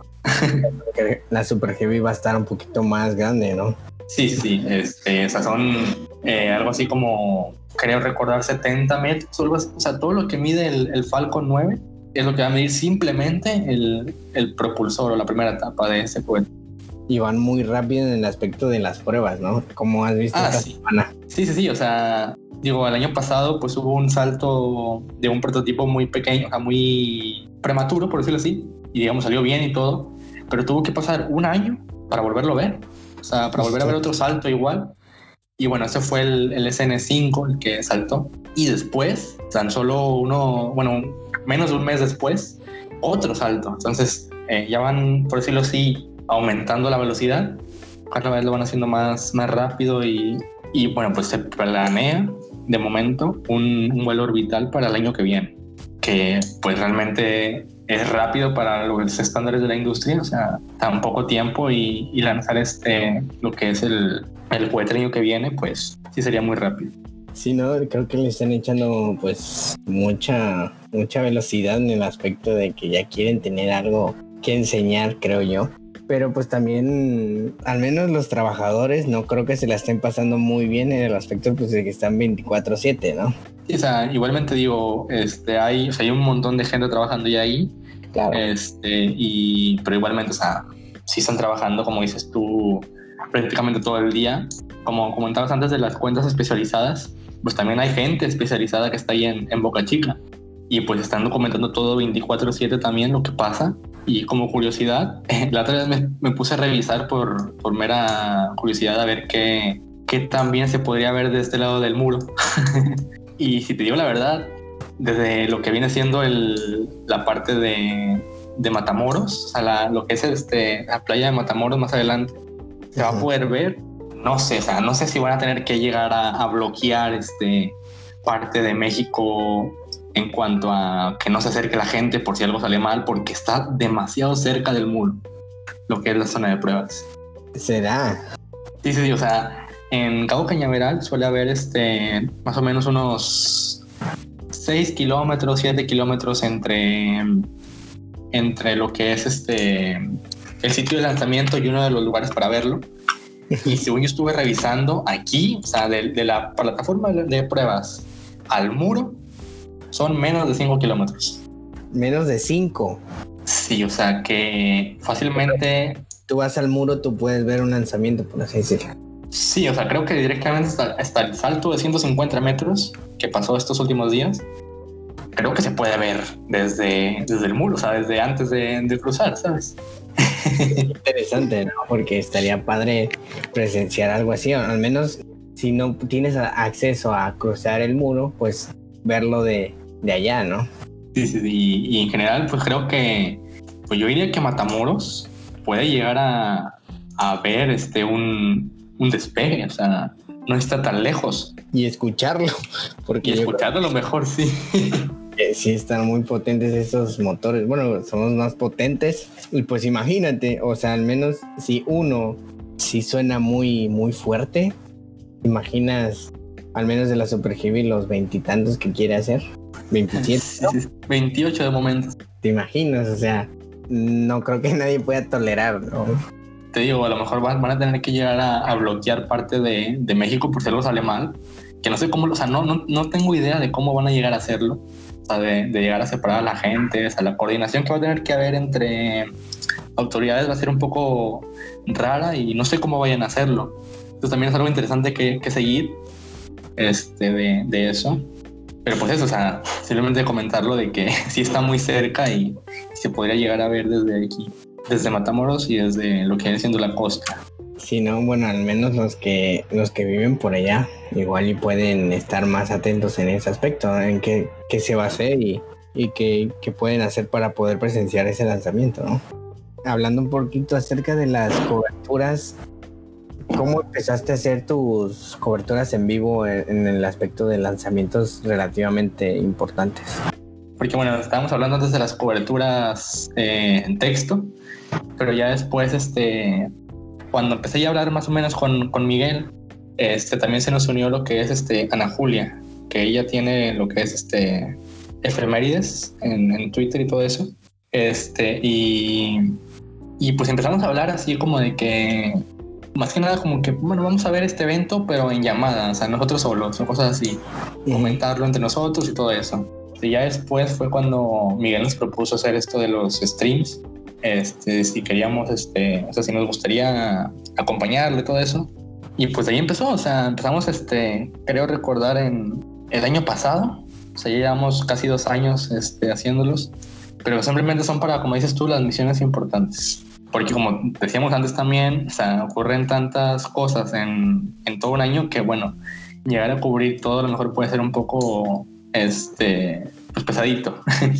La Super Heavy va a estar un poquito más grande, ¿no? Sí, sí, este, o sea, son eh, algo así como, creo recordar, setenta metros, algo así. O sea, todo lo que mide el, el Falcon nueve es lo que va a medir simplemente el, el propulsor o la primera etapa de ese cohete. Y van muy rápido en el aspecto de las pruebas, ¿no? Como has visto ah, esta sí. semana. Sí, sí, sí, o sea, digo, el año pasado pues hubo un salto de un prototipo muy pequeño, o sea, muy prematuro, por decirlo así, y digamos salió bien y todo, pero tuvo que pasar un año para volverlo a ver, o sea, para volver a ver otro salto igual. Y bueno, ese fue el, el S N cinco el que saltó, y después, tan solo uno, bueno, menos de un mes después, otro salto. Entonces eh, ya van, por decirlo así, aumentando la velocidad, cada vez lo van haciendo más, más rápido, y, y bueno, pues se planea de momento un, un vuelo orbital para el año que viene, que pues realmente es rápido para los estándares de la industria, o sea, tan poco tiempo, y, y lanzar este, lo que es el, el cohete el año que viene, pues sí sería muy rápido. Sí, no, creo que le están echando pues mucha, mucha velocidad en el aspecto de que ya quieren tener algo que enseñar, creo yo. Pero pues también, al menos los trabajadores, no creo que se la estén pasando muy bien en el aspecto pues de que están veinticuatro siete, ¿no? Sí, o sea, igualmente digo, este, hay, o sea, hay un montón de gente trabajando ya ahí, Claro. este, y, pero igualmente, o sea, sí están trabajando, como dices tú, prácticamente todo el día. Como comentabas antes de las cuentas especializadas, pues también hay gente especializada que está ahí en, en Boca Chica, y pues están documentando todo veinticuatro siete también lo que pasa. Y como curiosidad, la otra vez me, me puse a revisar por, por mera curiosidad a ver qué, qué también se podría ver de este lado del muro. Y si te digo la verdad, desde lo que viene siendo el, la parte de, de Matamoros, o sea, la, lo que es este, la playa de Matamoros más adelante, se va a poder ver. No sé, o sea, no sé si van a tener que llegar a, a bloquear este, parte de México en cuanto a que no se acerque la gente por si algo sale mal, porque está demasiado cerca del muro, lo que es la zona de pruebas. ¿Será? Sí, sí, sí, o sea, en Cabo Cañaveral suele haber este, más o menos unos seis kilómetros, siete kilómetros entre, entre lo que es este, el sitio de lanzamiento y uno de los lugares para verlo. Y según yo estuve revisando aquí, o sea, de, de la plataforma de, de pruebas al muro, son menos de cinco kilómetros. Menos de cinco. Sí, o sea que fácilmente... Tú vas al muro, tú puedes ver un lanzamiento, por así decirlo. Sí, o sea, creo que directamente hasta, hasta el salto de ciento cincuenta metros que pasó estos últimos días, creo que se puede ver desde, desde el muro, o sea, desde antes de, de cruzar, ¿sabes? Interesante, ¿no? Porque estaría padre presenciar algo así, o al menos si no tienes acceso a cruzar el muro, pues verlo de, de allá, ¿no? Sí, sí, sí, y, y en general, pues creo que, pues yo diría que Matamoros puede llegar a, a ver este, un, un despegue, o sea, no está tan lejos. Y escucharlo, porque y escucharlo a lo mejor, sí. Sí, están muy potentes esos motores. Bueno, son los más potentes. Y pues imagínate, o sea, al menos si uno sí suena muy, muy fuerte, imaginas al menos de la Super Heavy los veintitantos que quiere hacer. veintisiete, ¿no? Sí, sí, veintiocho de momento. ¿Te imaginas? O sea, no creo que nadie pueda tolerar, ¿no? Te digo, a lo mejor van, van a tener que llegar a, a bloquear parte de, de México por si algo sale mal. Que no sé cómo, o sea, no, no, no tengo idea de cómo van a llegar a hacerlo. O sea, de, de llegar a separar a la gente, o sea, la coordinación que va a tener que haber entre autoridades va a ser un poco rara y no sé cómo vayan a hacerlo. Entonces también es algo interesante que, que seguir este, de, de eso. Pero pues eso, o sea, simplemente comentarlo de que sí está muy cerca y se podría llegar a ver desde aquí, desde Matamoros y desde lo que viene siendo la costa. Sí, no, bueno, al menos los que los que viven por allá igual y pueden estar más atentos en ese aspecto, ¿no? En qué, qué se va a hacer y, y qué, qué pueden hacer para poder presenciar ese lanzamiento, ¿no? hablando un poquito acerca de las coberturas, ¿cómo empezaste a hacer tus coberturas en vivo en, en el aspecto de lanzamientos relativamente importantes? Porque bueno, estábamos hablando antes de las coberturas eh, en texto, pero ya después, este, cuando empecé ya a hablar más o menos con, con Miguel, este, también se nos unió lo que es este, Ana Julia, que ella tiene lo que es este, efemérides en, en Twitter y todo eso. Este, y, y pues empezamos a hablar así como de que, más que nada como que, bueno, vamos a ver este evento, pero en llamada, o sea, nosotros solos, o cosas así, comentarlo entre nosotros y todo eso. Y ya después fue cuando Miguel nos propuso hacer esto de los streams, este, si queríamos, este, o sea, si nos gustaría acompañarle y todo eso. Y pues de ahí empezó, o sea, empezamos, este, creo recordar en el año pasado, o sea, ya llevamos casi dos años este, haciéndolos, pero simplemente son para, como dices tú, las misiones importantes. Porque como decíamos antes también, o sea, ocurren tantas cosas en, en todo un año que, bueno, llegar a cubrir todo a lo mejor puede ser un poco, este, pues pesadito.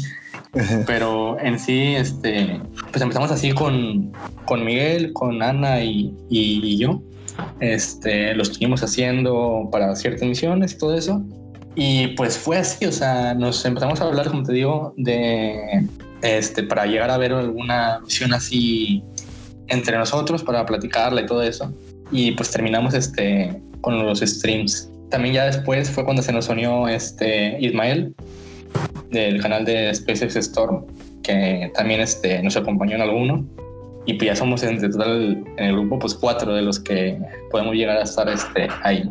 Pero en sí, este, pues empezamos así con, con Miguel, con Ana y, y, y yo. Este, lo estuvimos haciendo para ciertas misiones y todo eso. Y pues fue así, o sea, nos empezamos a hablar, como te digo, de este, para llegar a ver alguna misión así entre nosotros, para platicarla y todo eso. Y pues terminamos este, con los streams. También ya después fue cuando se nos unió este, Ismael, del canal de SpaceX Storm, que también este, nos acompañó en alguno. Y pues ya somos en total en el grupo pues cuatro de los que podemos llegar a estar este, ahí.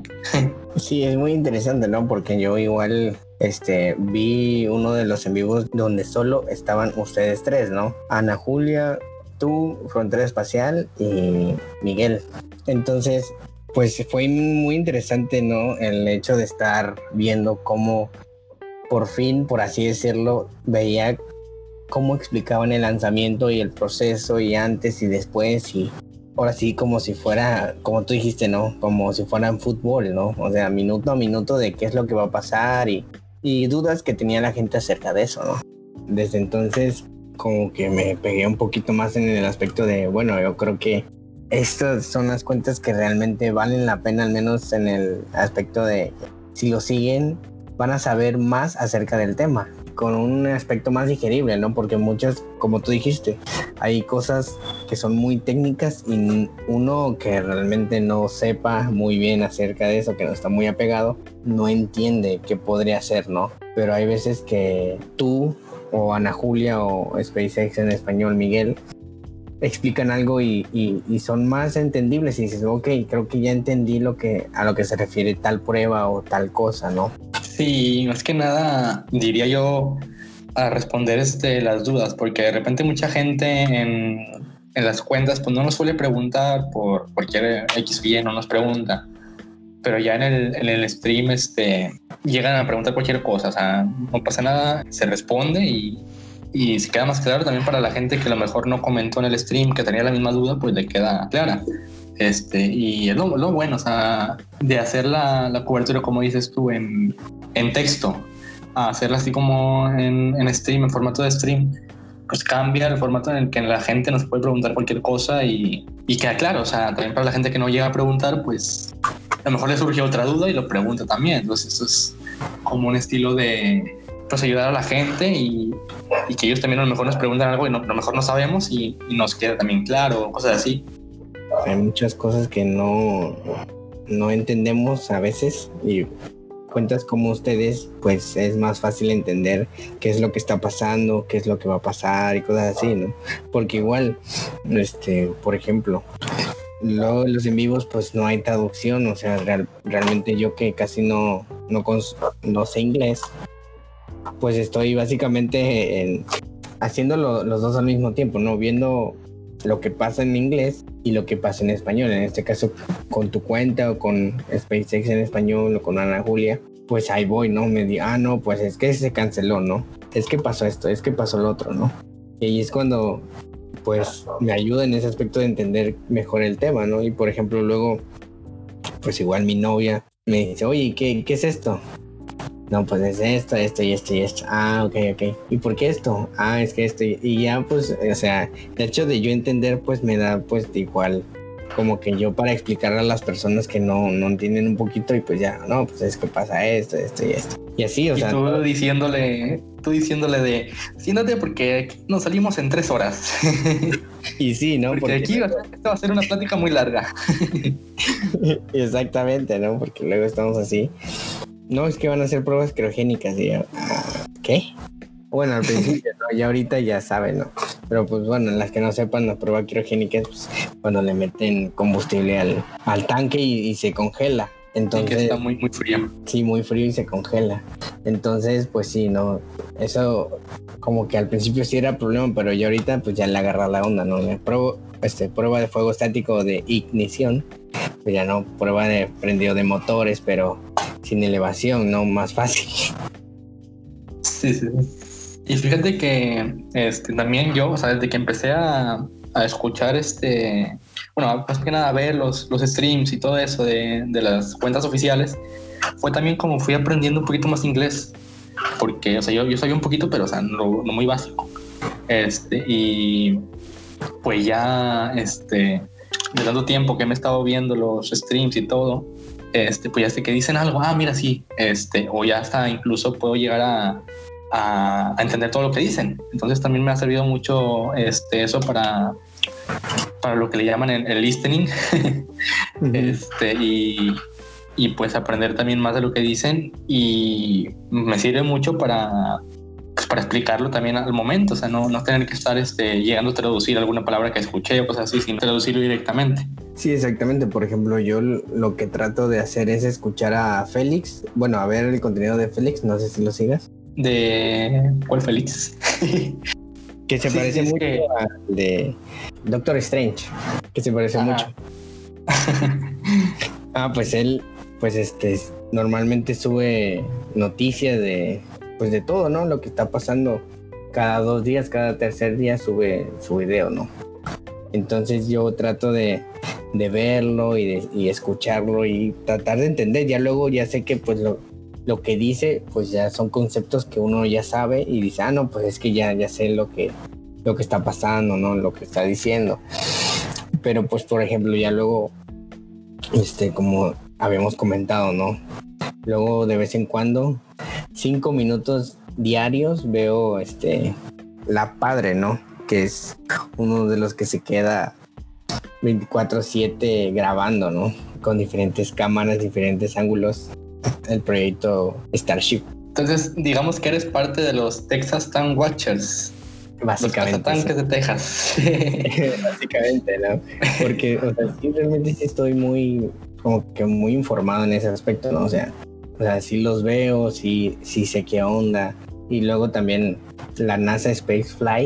Sí, es muy interesante, ¿no? Porque yo igual este, vi uno de los en vivos donde solo estaban ustedes tres, ¿no? Ana Julia, tú, Frontera Espacial y Miguel. Entonces, pues fue muy interesante, ¿no? El hecho de estar viendo cómo por fin, por así decirlo, veía cómo explicaban el lanzamiento y el proceso y antes y después, y ahora sí como si fuera, como tú dijiste, ¿no? Como si fuera en fútbol, ¿no? O sea, minuto a minuto de qué es lo que va a pasar y, y dudas que tenía la gente acerca de eso, ¿no? Desde entonces como que me pegué un poquito más en el aspecto de, bueno, yo creo que estas son las cuentas que realmente valen la pena, al menos en el aspecto de si lo siguen van a saber más acerca del tema, con un aspecto más digerible, ¿no? Porque muchas, como tú dijiste, hay cosas que son muy técnicas y uno que realmente no sepa muy bien acerca de eso, que no está muy apegado, no entiende qué podría ser, ¿no? Pero hay veces que tú o Ana Julia o SpaceX en español, Miguel, explican algo y, y, y son más entendibles y dices, ok, creo que ya entendí lo que, a lo que se refiere tal prueba o tal cosa, ¿no? Sí, más que nada diría yo a responder este, las dudas, porque de repente mucha gente en, en las cuentas pues no nos suele preguntar por cualquier X o Y, no nos pregunta, pero ya en el, en el stream este, llegan a preguntar cualquier cosa, o sea, no pasa nada, se responde y, y se queda más claro también para la gente que a lo mejor no comentó en el stream, que tenía la misma duda, pues le queda clara. Este, y es lo, lo bueno, o sea, de hacer la, la cobertura, como dices tú, en, en texto, a hacerla así como en, en stream, en formato de stream, pues cambia el formato en el que la gente nos puede preguntar cualquier cosa y, y queda claro, o sea, también para la gente que no llega a preguntar, pues a lo mejor le surge otra duda y lo pregunta también. Entonces eso es como un estilo de pues ayudar a la gente y, y que ellos también a lo mejor nos preguntan algo y no, a lo mejor no sabemos y, y nos queda también claro, cosas así. Hay muchas cosas que no, no entendemos a veces y cuentas como ustedes, pues es más fácil entender qué es lo que está pasando, qué es lo que va a pasar y cosas así, ¿no? Porque igual, este, por ejemplo, luego los en vivos pues no hay traducción, o sea, real, realmente yo que casi no, no, cons- no sé inglés, pues estoy básicamente en, haciendo lo, los dos al mismo tiempo, ¿no? Viendo lo que pasa en inglés y lo que pasa en español, en este caso con tu cuenta o con SpaceX en español o con Ana Julia, pues ahí voy, ¿no? Me digo, ah, no, pues es que se canceló, ¿no? Es que pasó esto, es que pasó lo otro, ¿no? Y ahí es cuando, pues, me ayuda en ese aspecto de entender mejor el tema, ¿no? Y por ejemplo, luego, pues igual mi novia me dice, oye, ¿qué, qué es esto? no, pues es esto, esto y esto y esto. Ah, ok, ok. ¿Y por qué esto? Ah, es que esto. Y ya, pues, o sea, el hecho de yo entender, pues me da, pues, igual, como que yo para explicar a las personas que no, no entienden un poquito y pues ya, no, pues es que pasa esto, esto y esto. Y así, o y sea. tú no... diciéndole, tú diciéndole de, siéntate porque aquí nos salimos en tres horas. Y sí, ¿no? Porque, porque aquí va, esta va a ser una plática muy larga. Exactamente, ¿no? Porque luego estamos así. No, es que van a hacer pruebas criogénicas y yo, ¿qué? Bueno, al principio, ¿no? Ya ahorita ya saben, ¿no? Pero pues bueno, las que no sepan, las pruebas criogénicas, pues cuando le meten combustible al, al tanque y, y se congela. Entonces, sí, que está muy, muy frío. Sí, muy frío y se congela. Entonces, pues sí, no, eso como que al principio sí era problema, pero ya ahorita pues ya le agarra la onda, ¿no? Le pruebo, este, prueba de fuego estático de ignición, pues ya no, prueba de prendido de motores, pero sin elevación, ¿no? Más fácil. Sí, sí. Y fíjate que este, también yo, o sea, desde que empecé a, a escuchar este... Bueno, más que nada a ver los, los streams y todo eso de, de las cuentas oficiales, fue también como fui aprendiendo un poquito más inglés, porque, o sea, yo, yo sabía un poquito, pero, o sea, no, no muy básico. Este, y pues ya, este, de tanto tiempo que me he estado viendo los streams y todo, este, pues ya sé que dicen algo, ah, mira, sí, este, o ya hasta incluso puedo llegar a, a, a entender todo lo que dicen. Entonces también me ha servido mucho este, eso para... para lo que le llaman el, el listening. Uh-huh. este, y, y pues aprender también más de lo que dicen, y me sirve mucho para, pues para explicarlo también al momento, o sea, no, no tener que estar este, llegando a traducir alguna palabra que escuché o cosas así, sino traducirlo directamente. Sí, exactamente. Por ejemplo, yo lo que trato de hacer es escuchar a Félix, bueno, a ver el contenido de Félix, no sé si lo sigas. ¿De cuál Félix? Que se sí, parece sí, mucho que... al de Doctor Strange, que se parece Ajá. mucho. Ah, pues él, pues este, normalmente sube noticias de, pues de todo, ¿no? Lo que está pasando cada dos días, cada tercer día sube su video, ¿no? Entonces yo trato de, de verlo y, de, y escucharlo y tratar de entender. Ya luego ya sé que pues lo, lo que dice, pues ya son conceptos que uno ya sabe y dice, ah, no, pues es que ya, ya sé lo que, lo que está pasando, ¿no? Lo que está diciendo. Pero pues, por ejemplo, ya luego, este, como habíamos comentado, ¿no? Luego de vez en cuando, cinco minutos diarios veo, este, La Padre, ¿no? Que es uno de los que se queda veinticuatro siete grabando, ¿no? Con diferentes cámaras, diferentes ángulos, el proyecto Starship. Entonces, digamos que eres parte de los Texas Tank Watchers. Básicamente. Los cazatanques de Texas. Básicamente, ¿no? Porque, o sea, sí, realmente sí estoy muy, como que muy informado en ese aspecto, ¿no? O sea, o sea, sí los veo, sí, sí sé qué onda. Y luego también la NASA Spaceflight,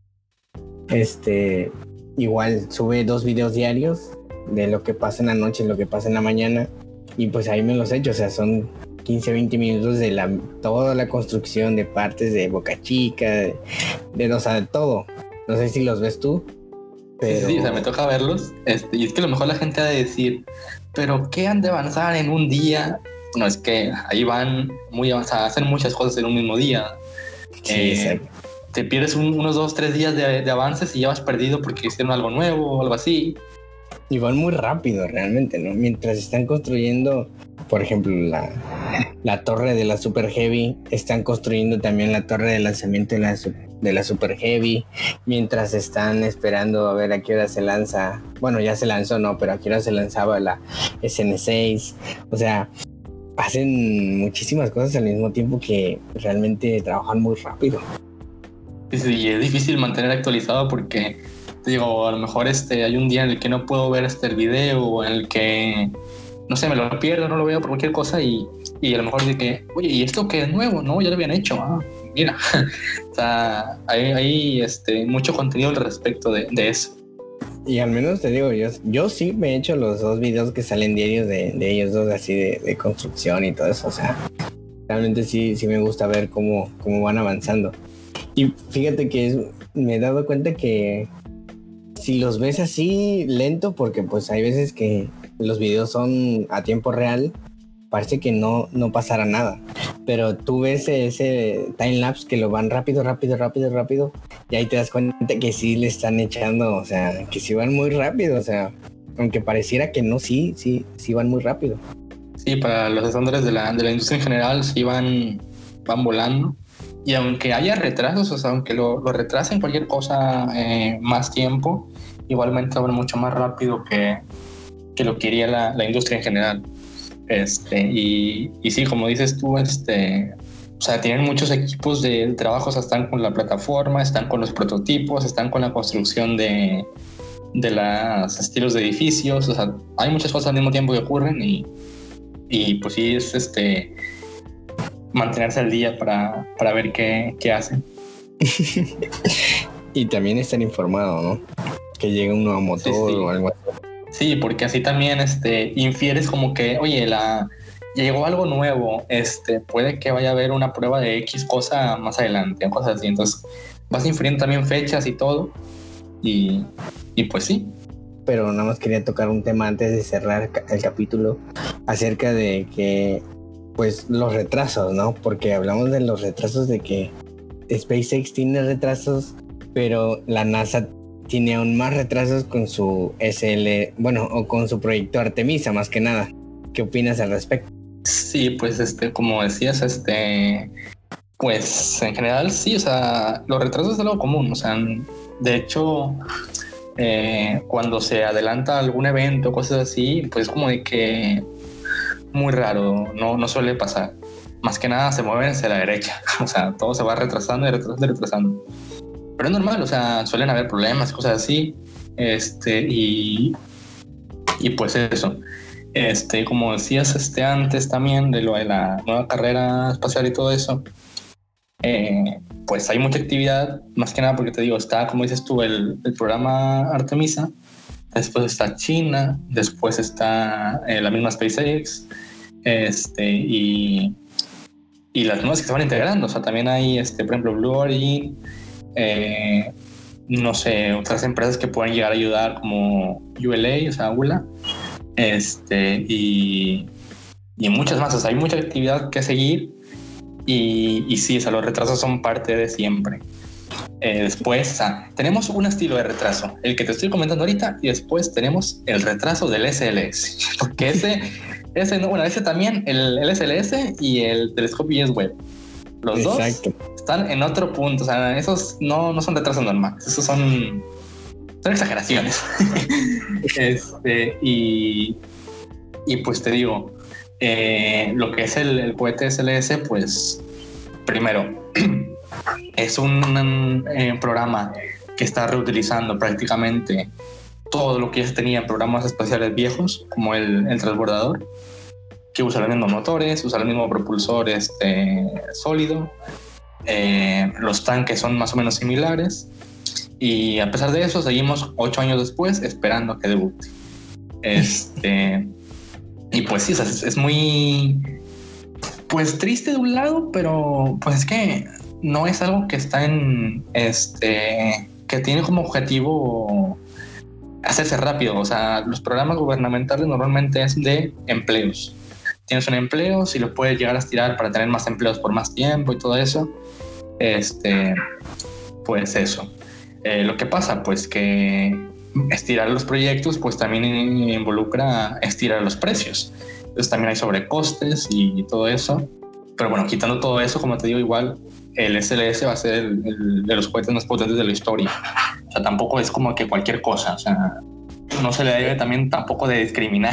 este, igual sube dos videos diarios de lo que pasa en la noche y lo que pasa en la mañana. Y pues ahí me los he hecho, o sea, son quince, veinte minutos de la, toda la construcción de partes de Boca Chica, de, de, o sea, de todo. No sé si los ves tú, pero... Sí, o sea, me toca verlos. Este, y es que a lo mejor la gente ha de decir, ¿pero qué han de avanzar en un día? No, es que ahí van muy avanzadas, hacen muchas cosas en un mismo día. Sí, eh, exacto. Te pierdes un, unos dos, tres días de, de avances y ya vas perdido porque hicieron algo nuevo o algo así. Y van muy rápido realmente, ¿no? Mientras están construyendo, por ejemplo, la, la torre de la Super Heavy, están construyendo también la torre de lanzamiento de la, de la Super Heavy, mientras están esperando a ver a qué hora se lanza, bueno, ya se lanzó, no, pero a qué hora se lanzaba la S N seis, o sea, hacen muchísimas cosas al mismo tiempo que realmente trabajan muy rápido. Sí, sí, es difícil mantener actualizado porque... Digo, a lo mejor este, hay un día en el que no puedo ver este el video, o en el que, no sé, me lo pierdo, no lo veo por cualquier cosa, y, y a lo mejor de que, oye, ¿y esto qué es nuevo? No, ya lo habían hecho, ah, mira. O sea, hay, hay este, mucho contenido al respecto de, de eso. Y al menos te digo, yo, yo sí me he hecho los dos videos que salen diarios de, de ellos dos, así de, de construcción y todo eso, o sea, realmente sí, sí me gusta ver cómo, cómo van avanzando. Y fíjate que es, me he dado cuenta que si los ves así lento, porque pues hay veces que los videos son a tiempo real, parece que no, no pasará nada. pero tú ves ese time-lapse que lo van rápido, rápido, rápido, rápido, y ahí te das cuenta que sí le están echando, o sea, que sí van muy rápido, o sea, aunque pareciera que no, sí, sí, sí van muy rápido. Sí, para los estándares de la, de la industria en general sí van, van volando. Y aunque haya retrasos, o sea, aunque lo, lo retrasen cualquier cosa eh, más tiempo, igualmente van mucho más rápido que, que lo que iría la, la industria en general. Este, y, y sí, como dices tú, este, o sea, tienen muchos equipos de trabajo, o sea, están con la plataforma, están con los prototipos, están con la construcción de, de los estilos de edificios, o sea, hay muchas cosas al mismo tiempo que ocurren y, y pues sí es este... mantenerse al día para, para ver qué, qué hacen. Y también estar informado, ¿no? Que llegue un nuevo motor sí, sí. o algo así. Sí, porque así también este, infieres como que, oye, la, llegó algo nuevo, este, puede que vaya a haber una prueba de X cosa más adelante, o cosas así. Entonces vas infiriendo también fechas y todo. Y, y pues sí. Pero nada más quería tocar un tema antes de cerrar el capítulo acerca de que pues los retrasos, ¿no? Porque hablamos de los retrasos de que SpaceX tiene retrasos, pero la NASA tiene aún más retrasos con su S L, bueno, o con su proyecto Artemisa, más que nada. ¿Qué opinas al respecto? Sí, pues este, como decías, este, pues en general sí, o sea, los retrasos es algo común, o sea, de hecho, eh, cuando se adelanta algún evento, cosas así, pues como de que muy raro, no, no suele pasar. Más que nada se mueven hacia la derecha, o sea, todo se va retrasando y retrasando y retrasando. Pero es normal, o sea, suelen haber problemas, cosas así, este, y, y pues eso. Este, como decías este, antes también de lo de la nueva carrera espacial y todo eso, eh, pues hay mucha actividad, más que nada porque te digo, está, como dices tú, el, el programa Artemisa, después está China, después está eh, la misma SpaceX, este, y, y las nuevas que se van integrando, o sea, también hay, este, por ejemplo, Blue Origin, eh, no sé, otras empresas que pueden llegar a ayudar como U L A, o sea, U L A, este, y, y muchas más, o sea, hay mucha actividad que seguir y, y sí, o sea, los retrasos son parte de siempre. Eh, después, o sea, tenemos un estilo de retraso, el que te estoy comentando ahorita, y después tenemos el retraso del S L S, porque ese, ese no, bueno, ese también, el, el S L S y el telescopio James Webb, los Exacto. dos están en otro punto, o sea, esos no, no son retrasos normales, esos son, son exageraciones. este, y, y pues te digo, eh, lo que es el, el cohete S L S, pues primero es un eh, programa que está reutilizando prácticamente todo lo que ya se tenía en programas espaciales viejos, como el, el transbordador, que usa los mismos motores, usa el mismo propulsor este, sólido, eh, los tanques son más o menos similares, y a pesar de eso seguimos ocho años después esperando a que debute. Este, y pues sí, o sea, es, es muy pues triste de un lado, pero pues es que no es algo que está en este que tiene como objetivo hacerse rápido. O sea, los programas gubernamentales normalmente es de empleos. Tienes un empleo, si lo puedes llegar a estirar para tener más empleos por más tiempo y todo eso, este, pues eso. Eh, lo que pasa, pues que estirar los proyectos, pues también involucra estirar los precios. Entonces también hay sobrecostes y todo eso. Pero bueno, quitando todo eso, como te digo, igual el S L S va a ser el, el de los cohetes más potentes de la historia. O sea, tampoco es como que cualquier cosa. O sea, no se le debe también tampoco de discriminar.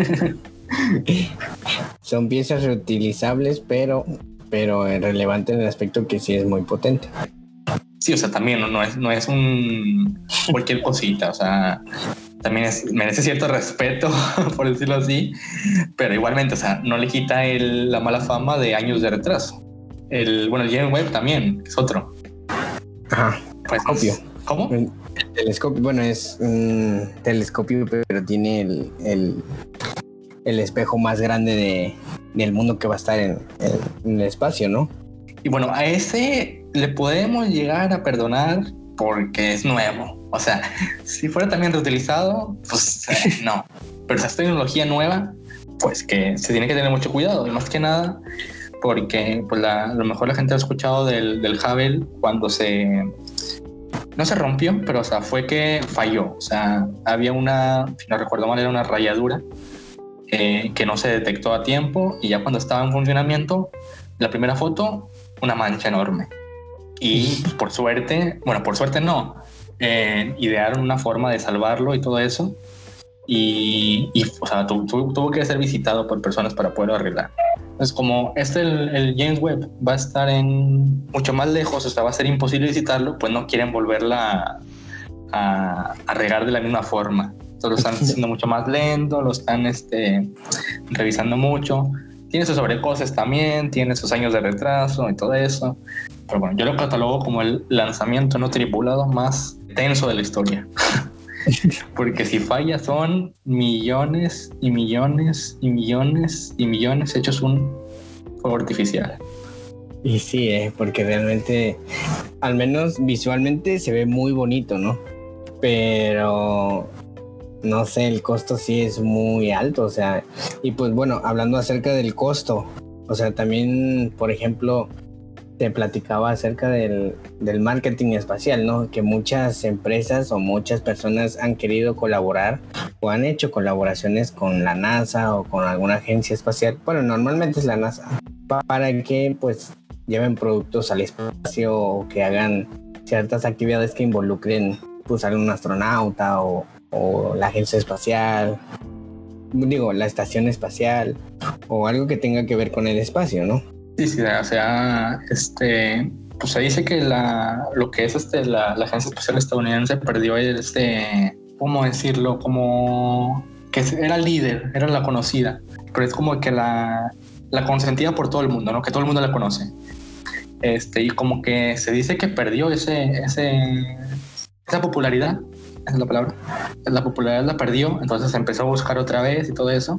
Son piezas reutilizables, pero, pero relevante en el aspecto que sí es muy potente. Sí, o sea, también no, no, es, no es un cualquier cosita. O sea, también es, merece cierto respeto, por decirlo así. Pero igualmente, o sea, no le quita el, la mala fama de años de retraso. El, bueno, el James Webb también, es otro. Ajá. Pues, telescopio. ¿Cómo? El telescopio, bueno, es un telescopio, pero tiene el, el, el espejo más grande de, del mundo que va a estar en, en, en el espacio, ¿no? Y bueno, a ese le podemos llegar a perdonar porque es nuevo. O sea, si fuera también reutilizado, pues eh, no. Pero si es tecnología nueva, pues que se tiene que tener mucho cuidado. Y más que nada, porque pues la, a lo mejor la gente ha escuchado del, del Hubble cuando se... No se rompió, pero o sea, fue que falló. O sea, había una, si no recuerdo mal, era una rayadura eh, que no se detectó a tiempo, y ya cuando estaba en funcionamiento, la primera foto, una mancha enorme. Y pues, por suerte, bueno, por suerte no, eh, idearon una forma de salvarlo y todo eso. Y, y o sea, tu, tu, tuvo que ser visitado por personas para poderlo arreglar. Entonces, como este, el, el James Webb va a estar en mucho más lejos, o sea, va a ser imposible visitarlo, pues no quieren volverla a, a, a regar de la misma forma. Entonces lo están haciendo mucho más lento, lo están este, revisando mucho. Tiene sus sobrecostes también, tiene sus años de retraso y todo eso. Pero bueno, yo lo catalogo como el lanzamiento no tripulado más tenso de la historia. Porque si falla son millones y millones y millones y millones hechos un fuego artificial. Y sí, eh, porque realmente, al menos visualmente se ve muy bonito, ¿no? Pero no sé, el costo sí es muy alto, o sea, y pues bueno, hablando acerca del costo, o sea, también, por ejemplo, te platicaba acerca del, del marketing espacial, ¿no? Que muchas empresas o muchas personas han querido colaborar o han hecho colaboraciones con la NASA o con alguna agencia espacial. Bueno, normalmente es la NASA, para que pues lleven productos al espacio o que hagan ciertas actividades que involucren pues a un astronauta o, o la agencia espacial, digo, la estación espacial o algo que tenga que ver con el espacio, ¿no? Sí, sí, o sea, este, pues se dice que la, lo que es este, la, la Agencia Espacial Estadounidense perdió este, ¿cómo decirlo? Como que era líder, era la conocida, pero es como que la, la consentida por todo el mundo, ¿no? Que todo el mundo la conoce. Este, y como que se dice que perdió ese, ese, esa popularidad, esa es la palabra, la popularidad la perdió, entonces empezó a buscar otra vez y todo eso,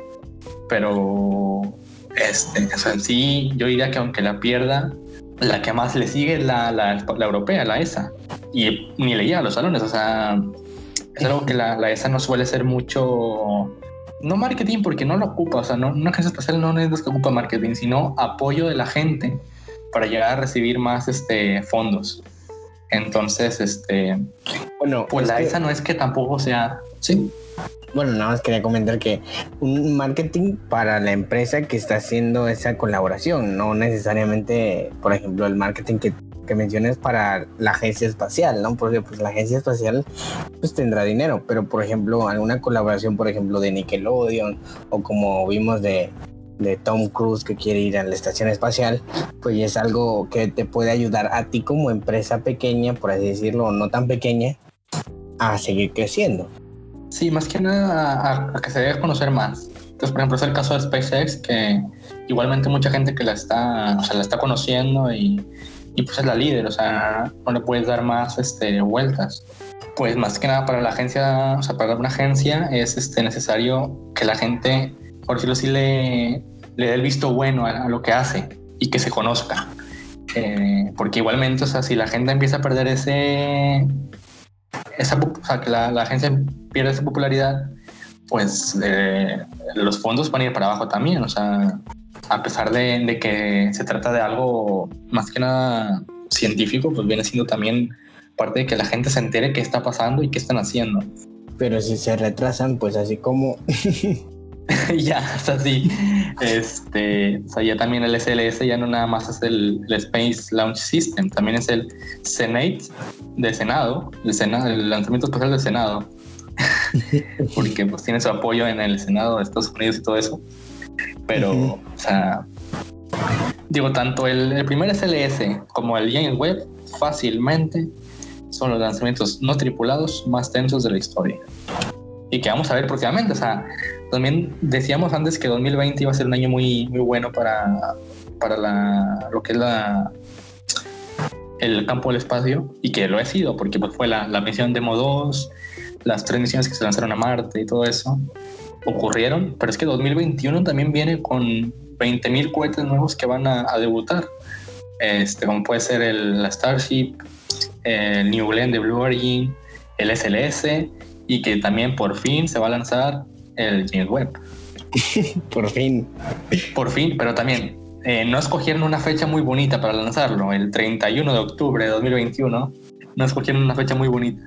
pero... Este, o sea, en sí, yo diría que aunque la pierda, la que más le sigue es la, la, la europea, la E S A. Y ni le llega a los salones, o sea, es algo que la, la E S A no suele ser mucho, no marketing porque no lo ocupa, o sea, no, una agencia espacial no es que ocupa marketing, sino apoyo de la gente para llegar a recibir más este, fondos. Entonces, este, bueno, pues la que... E S A no es que tampoco sea, sí. Bueno, nada más quería comentar que un marketing para la empresa que está haciendo esa colaboración, no necesariamente, por ejemplo, el marketing que, que mencionas para la agencia espacial, ¿no? Porque pues la agencia espacial pues tendrá dinero, pero por ejemplo, alguna colaboración, por ejemplo, de Nickelodeon o como vimos de, de Tom Cruise que quiere ir a la estación espacial, pues es algo que te puede ayudar a ti como empresa pequeña, por así decirlo, o no tan pequeña, a seguir creciendo. Sí, más que nada a, a que se debe conocer más. Entonces, por ejemplo, es el caso de SpaceX, que igualmente mucha gente que la está, o sea, la está conociendo y, y pues es la líder, o sea, no le puedes dar más este, vueltas. Pues más que nada para la agencia, o sea, para una agencia es este, necesario que la gente, por decirlo así, le, le dé el visto bueno a, a lo que hace y que se conozca. Eh, porque igualmente, o sea, si la gente empieza a perder ese... Esa, o sea, que la, la agencia pierde esa popularidad, pues eh, los fondos van a ir para abajo también, o sea, a pesar de, de que se trata de algo más que nada científico, pues viene siendo también parte de que la gente se entere qué está pasando y qué están haciendo. Pero si se retrasan, pues así como... ya, o sea, sí, este, o sea, ya también el S L S ya no nada más es el, el Space Launch System, también es el Senate de Senado, el, Senado, el lanzamiento espacial del Senado, porque pues tiene su apoyo en el Senado de Estados Unidos y todo eso, pero, uh-huh. o sea, digo, tanto el, el primer S L S como el James Webb fácilmente son los lanzamientos no tripulados más tensos de la historia. Y que vamos a ver próximamente, o sea, también decíamos antes que dos mil veinte iba a ser un año muy, muy bueno para, para la, lo que es la, el campo del espacio, y que lo ha sido, porque pues fue la, la misión Demo dos, las tres misiones que se lanzaron a Marte y todo eso, ocurrieron, pero es que dos mil veintiuno también viene con veinte mil cohetes nuevos que van a, a debutar, este, como puede ser el, la Starship, el New Glenn de Blue Origin, el S L S, y que también por fin se va a lanzar el James Webb. Por fin. Por fin, pero también eh, no escogieron una fecha muy bonita para lanzarlo, el treinta y uno de octubre de dos mil veintiuno, no escogieron una fecha muy bonita.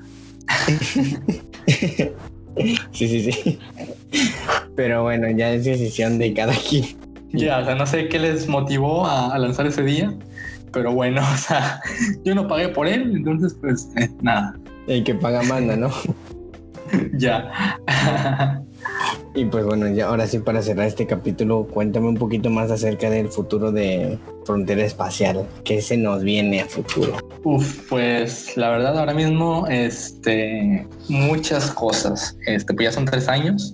Sí, sí, sí. Pero bueno, ya es decisión de cada quien. Ya, o sea, no sé qué les motivó a, a lanzar ese día, pero bueno, o sea, yo no pagué por él, entonces pues eh, nada. El que paga manda, ¿no? Ya. Y pues bueno, ya ahora sí, para cerrar este capítulo, cuéntame un poquito más acerca del futuro de Frontera Espacial. ¿Qué se nos viene a futuro? Uf, pues la verdad ahora mismo, este, muchas cosas. Este, pues ya son tres años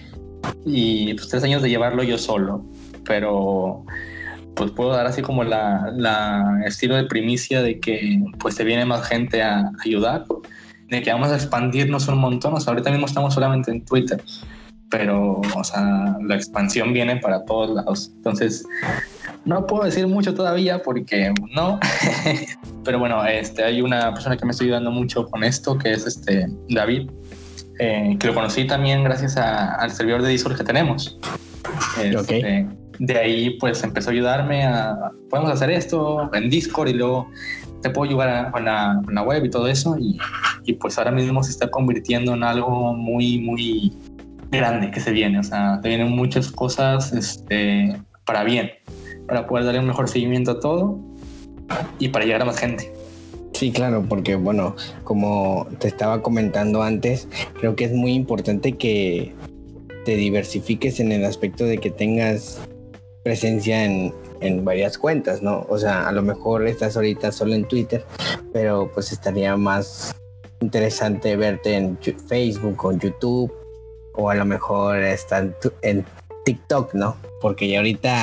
y pues tres años de llevarlo yo solo, pero pues puedo dar así como la, la estilo de primicia de que pues se viene más gente a ayudar, de que vamos a expandirnos un montón. O sea, ahorita mismo estamos solamente en Twitter, pero, o sea, la expansión viene para todos lados. Entonces, no puedo decir mucho todavía porque no. Pero bueno, este, hay una persona que me está ayudando mucho con esto, que es este David, eh, que lo conocí también gracias a, al servidor de Discord que tenemos. Este, okay. De ahí, pues, empezó a ayudarme a, podemos hacer esto en Discord y luego te puedo ayudar a, con, la, con la web y todo eso. Y, y pues ahora mismo se está convirtiendo en algo muy, muy grande que se viene. O sea, te vienen muchas cosas este, para bien, para poder darle un mejor seguimiento a todo y para llegar a más gente. Sí, claro, porque bueno, como te estaba comentando antes, creo que es muy importante que te diversifiques en el aspecto de que tengas presencia en, en varias cuentas, ¿no? O sea, a lo mejor estás ahorita solo en Twitter, pero pues estaría más interesante verte en Facebook o en YouTube, o a lo mejor está en, en TikTok, ¿no? Porque ya ahorita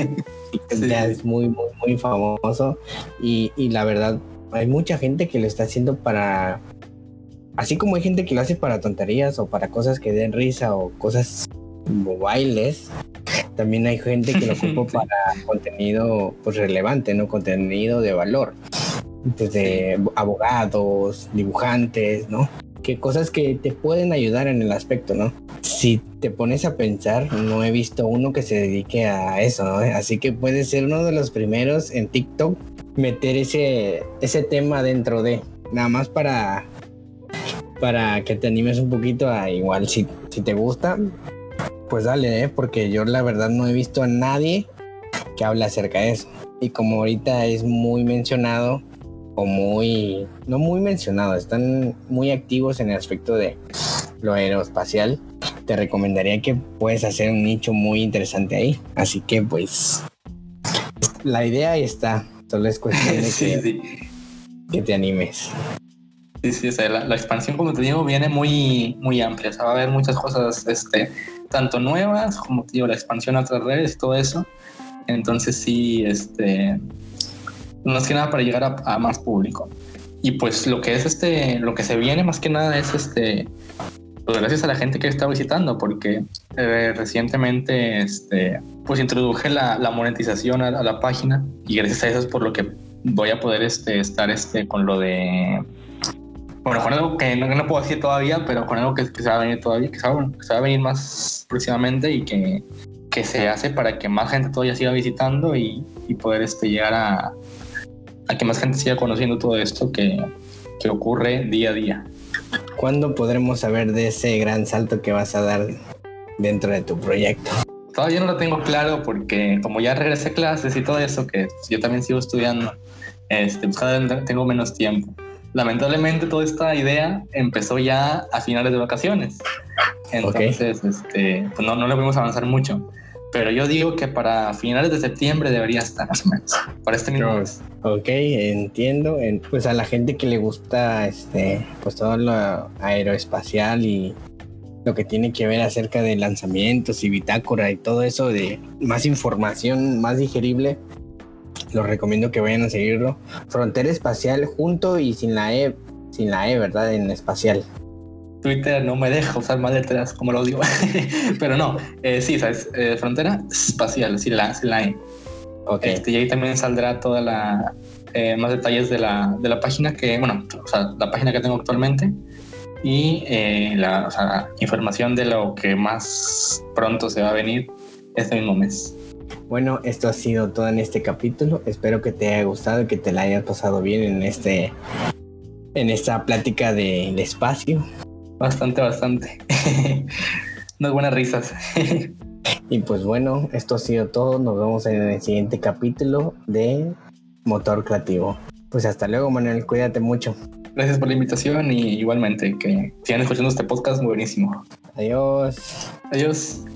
sí. ya es muy, muy, muy famoso y, y la verdad hay mucha gente que lo está haciendo para, así como hay gente que lo hace para tonterías o para cosas que den risa o cosas como bailes, también hay gente que lo ocupa sí. para contenido pues relevante, ¿no? Contenido de valor, desde abogados, dibujantes, ¿no? Que cosas que te pueden ayudar en el aspecto, ¿no? Si te pones a pensar, no he visto uno que se dedique a eso, ¿no? Así que puedes ser uno de los primeros en TikTok meter ese, ese tema dentro de, nada más para, para que te animes un poquito a igual, si, si te gusta, pues dale, ¿eh? Porque yo la verdad no he visto a nadie que hable acerca de eso. Y como ahorita es muy mencionado, o muy, no muy mencionado, están muy activos en el aspecto de lo aeroespacial, te recomendaría que puedes hacer un nicho muy interesante ahí. Así que pues la idea está, solo es cuestión de que, sí, sí. que te animes. Sí, sí, o sea, la, la expansión, como te digo, viene muy, muy amplia. O sea, va a haber muchas cosas, este, tanto nuevas, como te digo, la expansión a otras redes, todo eso. Entonces sí, este, más que nada para llegar a, a más público. Y pues lo que es este, lo que se viene más que nada es este, pues gracias a la gente que está visitando, porque eh, recientemente, este, pues introduje la, la monetización a, a la página y gracias a eso es por lo que voy a poder este, estar este, con lo de, bueno, con algo que no, no puedo decir todavía, pero con algo que, que se va a venir todavía, que se va, que se va a venir más próximamente y que, que se hace para que más gente todavía siga visitando y, y poder este, llegar a, a que más gente siga conociendo todo esto que, que ocurre día a día. ¿Cuándo podremos saber de ese gran salto que vas a dar dentro de tu proyecto? Todavía no lo tengo claro porque como ya regresé a clases y todo eso, que yo también sigo estudiando, este, pues cada vez tengo menos tiempo. Lamentablemente toda esta idea empezó ya a finales de vacaciones. Entonces, okay. este, pues no, no le podemos avanzar mucho. Pero yo digo que para finales de septiembre debería estar más o menos. Para este mismo mes. Ok, entiendo. Pues a la gente que le gusta este, pues todo lo aeroespacial y lo que tiene que ver acerca de lanzamientos y bitácora y todo eso, de más información, más digerible, los recomiendo que vayan a seguirlo. Frontera Espacial junto y sin la E, sin la E, ¿verdad? En espacial. Twitter no me deja usar más letras como lo digo. Pero no, eh, sí, ¿sabes? Eh, Frontera Espacial, sin la, sin la E. Okay. Este, y ahí también saldrá toda la eh, más detalles de la, de la página que, bueno, o sea, la página que tengo actualmente y eh, la, o sea, información de lo que más pronto se va a venir este mismo mes. Bueno, esto ha sido todo en este capítulo. Espero que te haya gustado y que te la hayas pasado bien en este en esta plática del espacio. Bastante, bastante. Unas buenas risas. Y pues bueno, esto ha sido todo. Nos vemos en el siguiente capítulo de Motor Creativo. Pues hasta luego, Manuel. Cuídate mucho. Gracias por la invitación y igualmente que sigan escuchando este podcast muy buenísimo. Adiós. Adiós.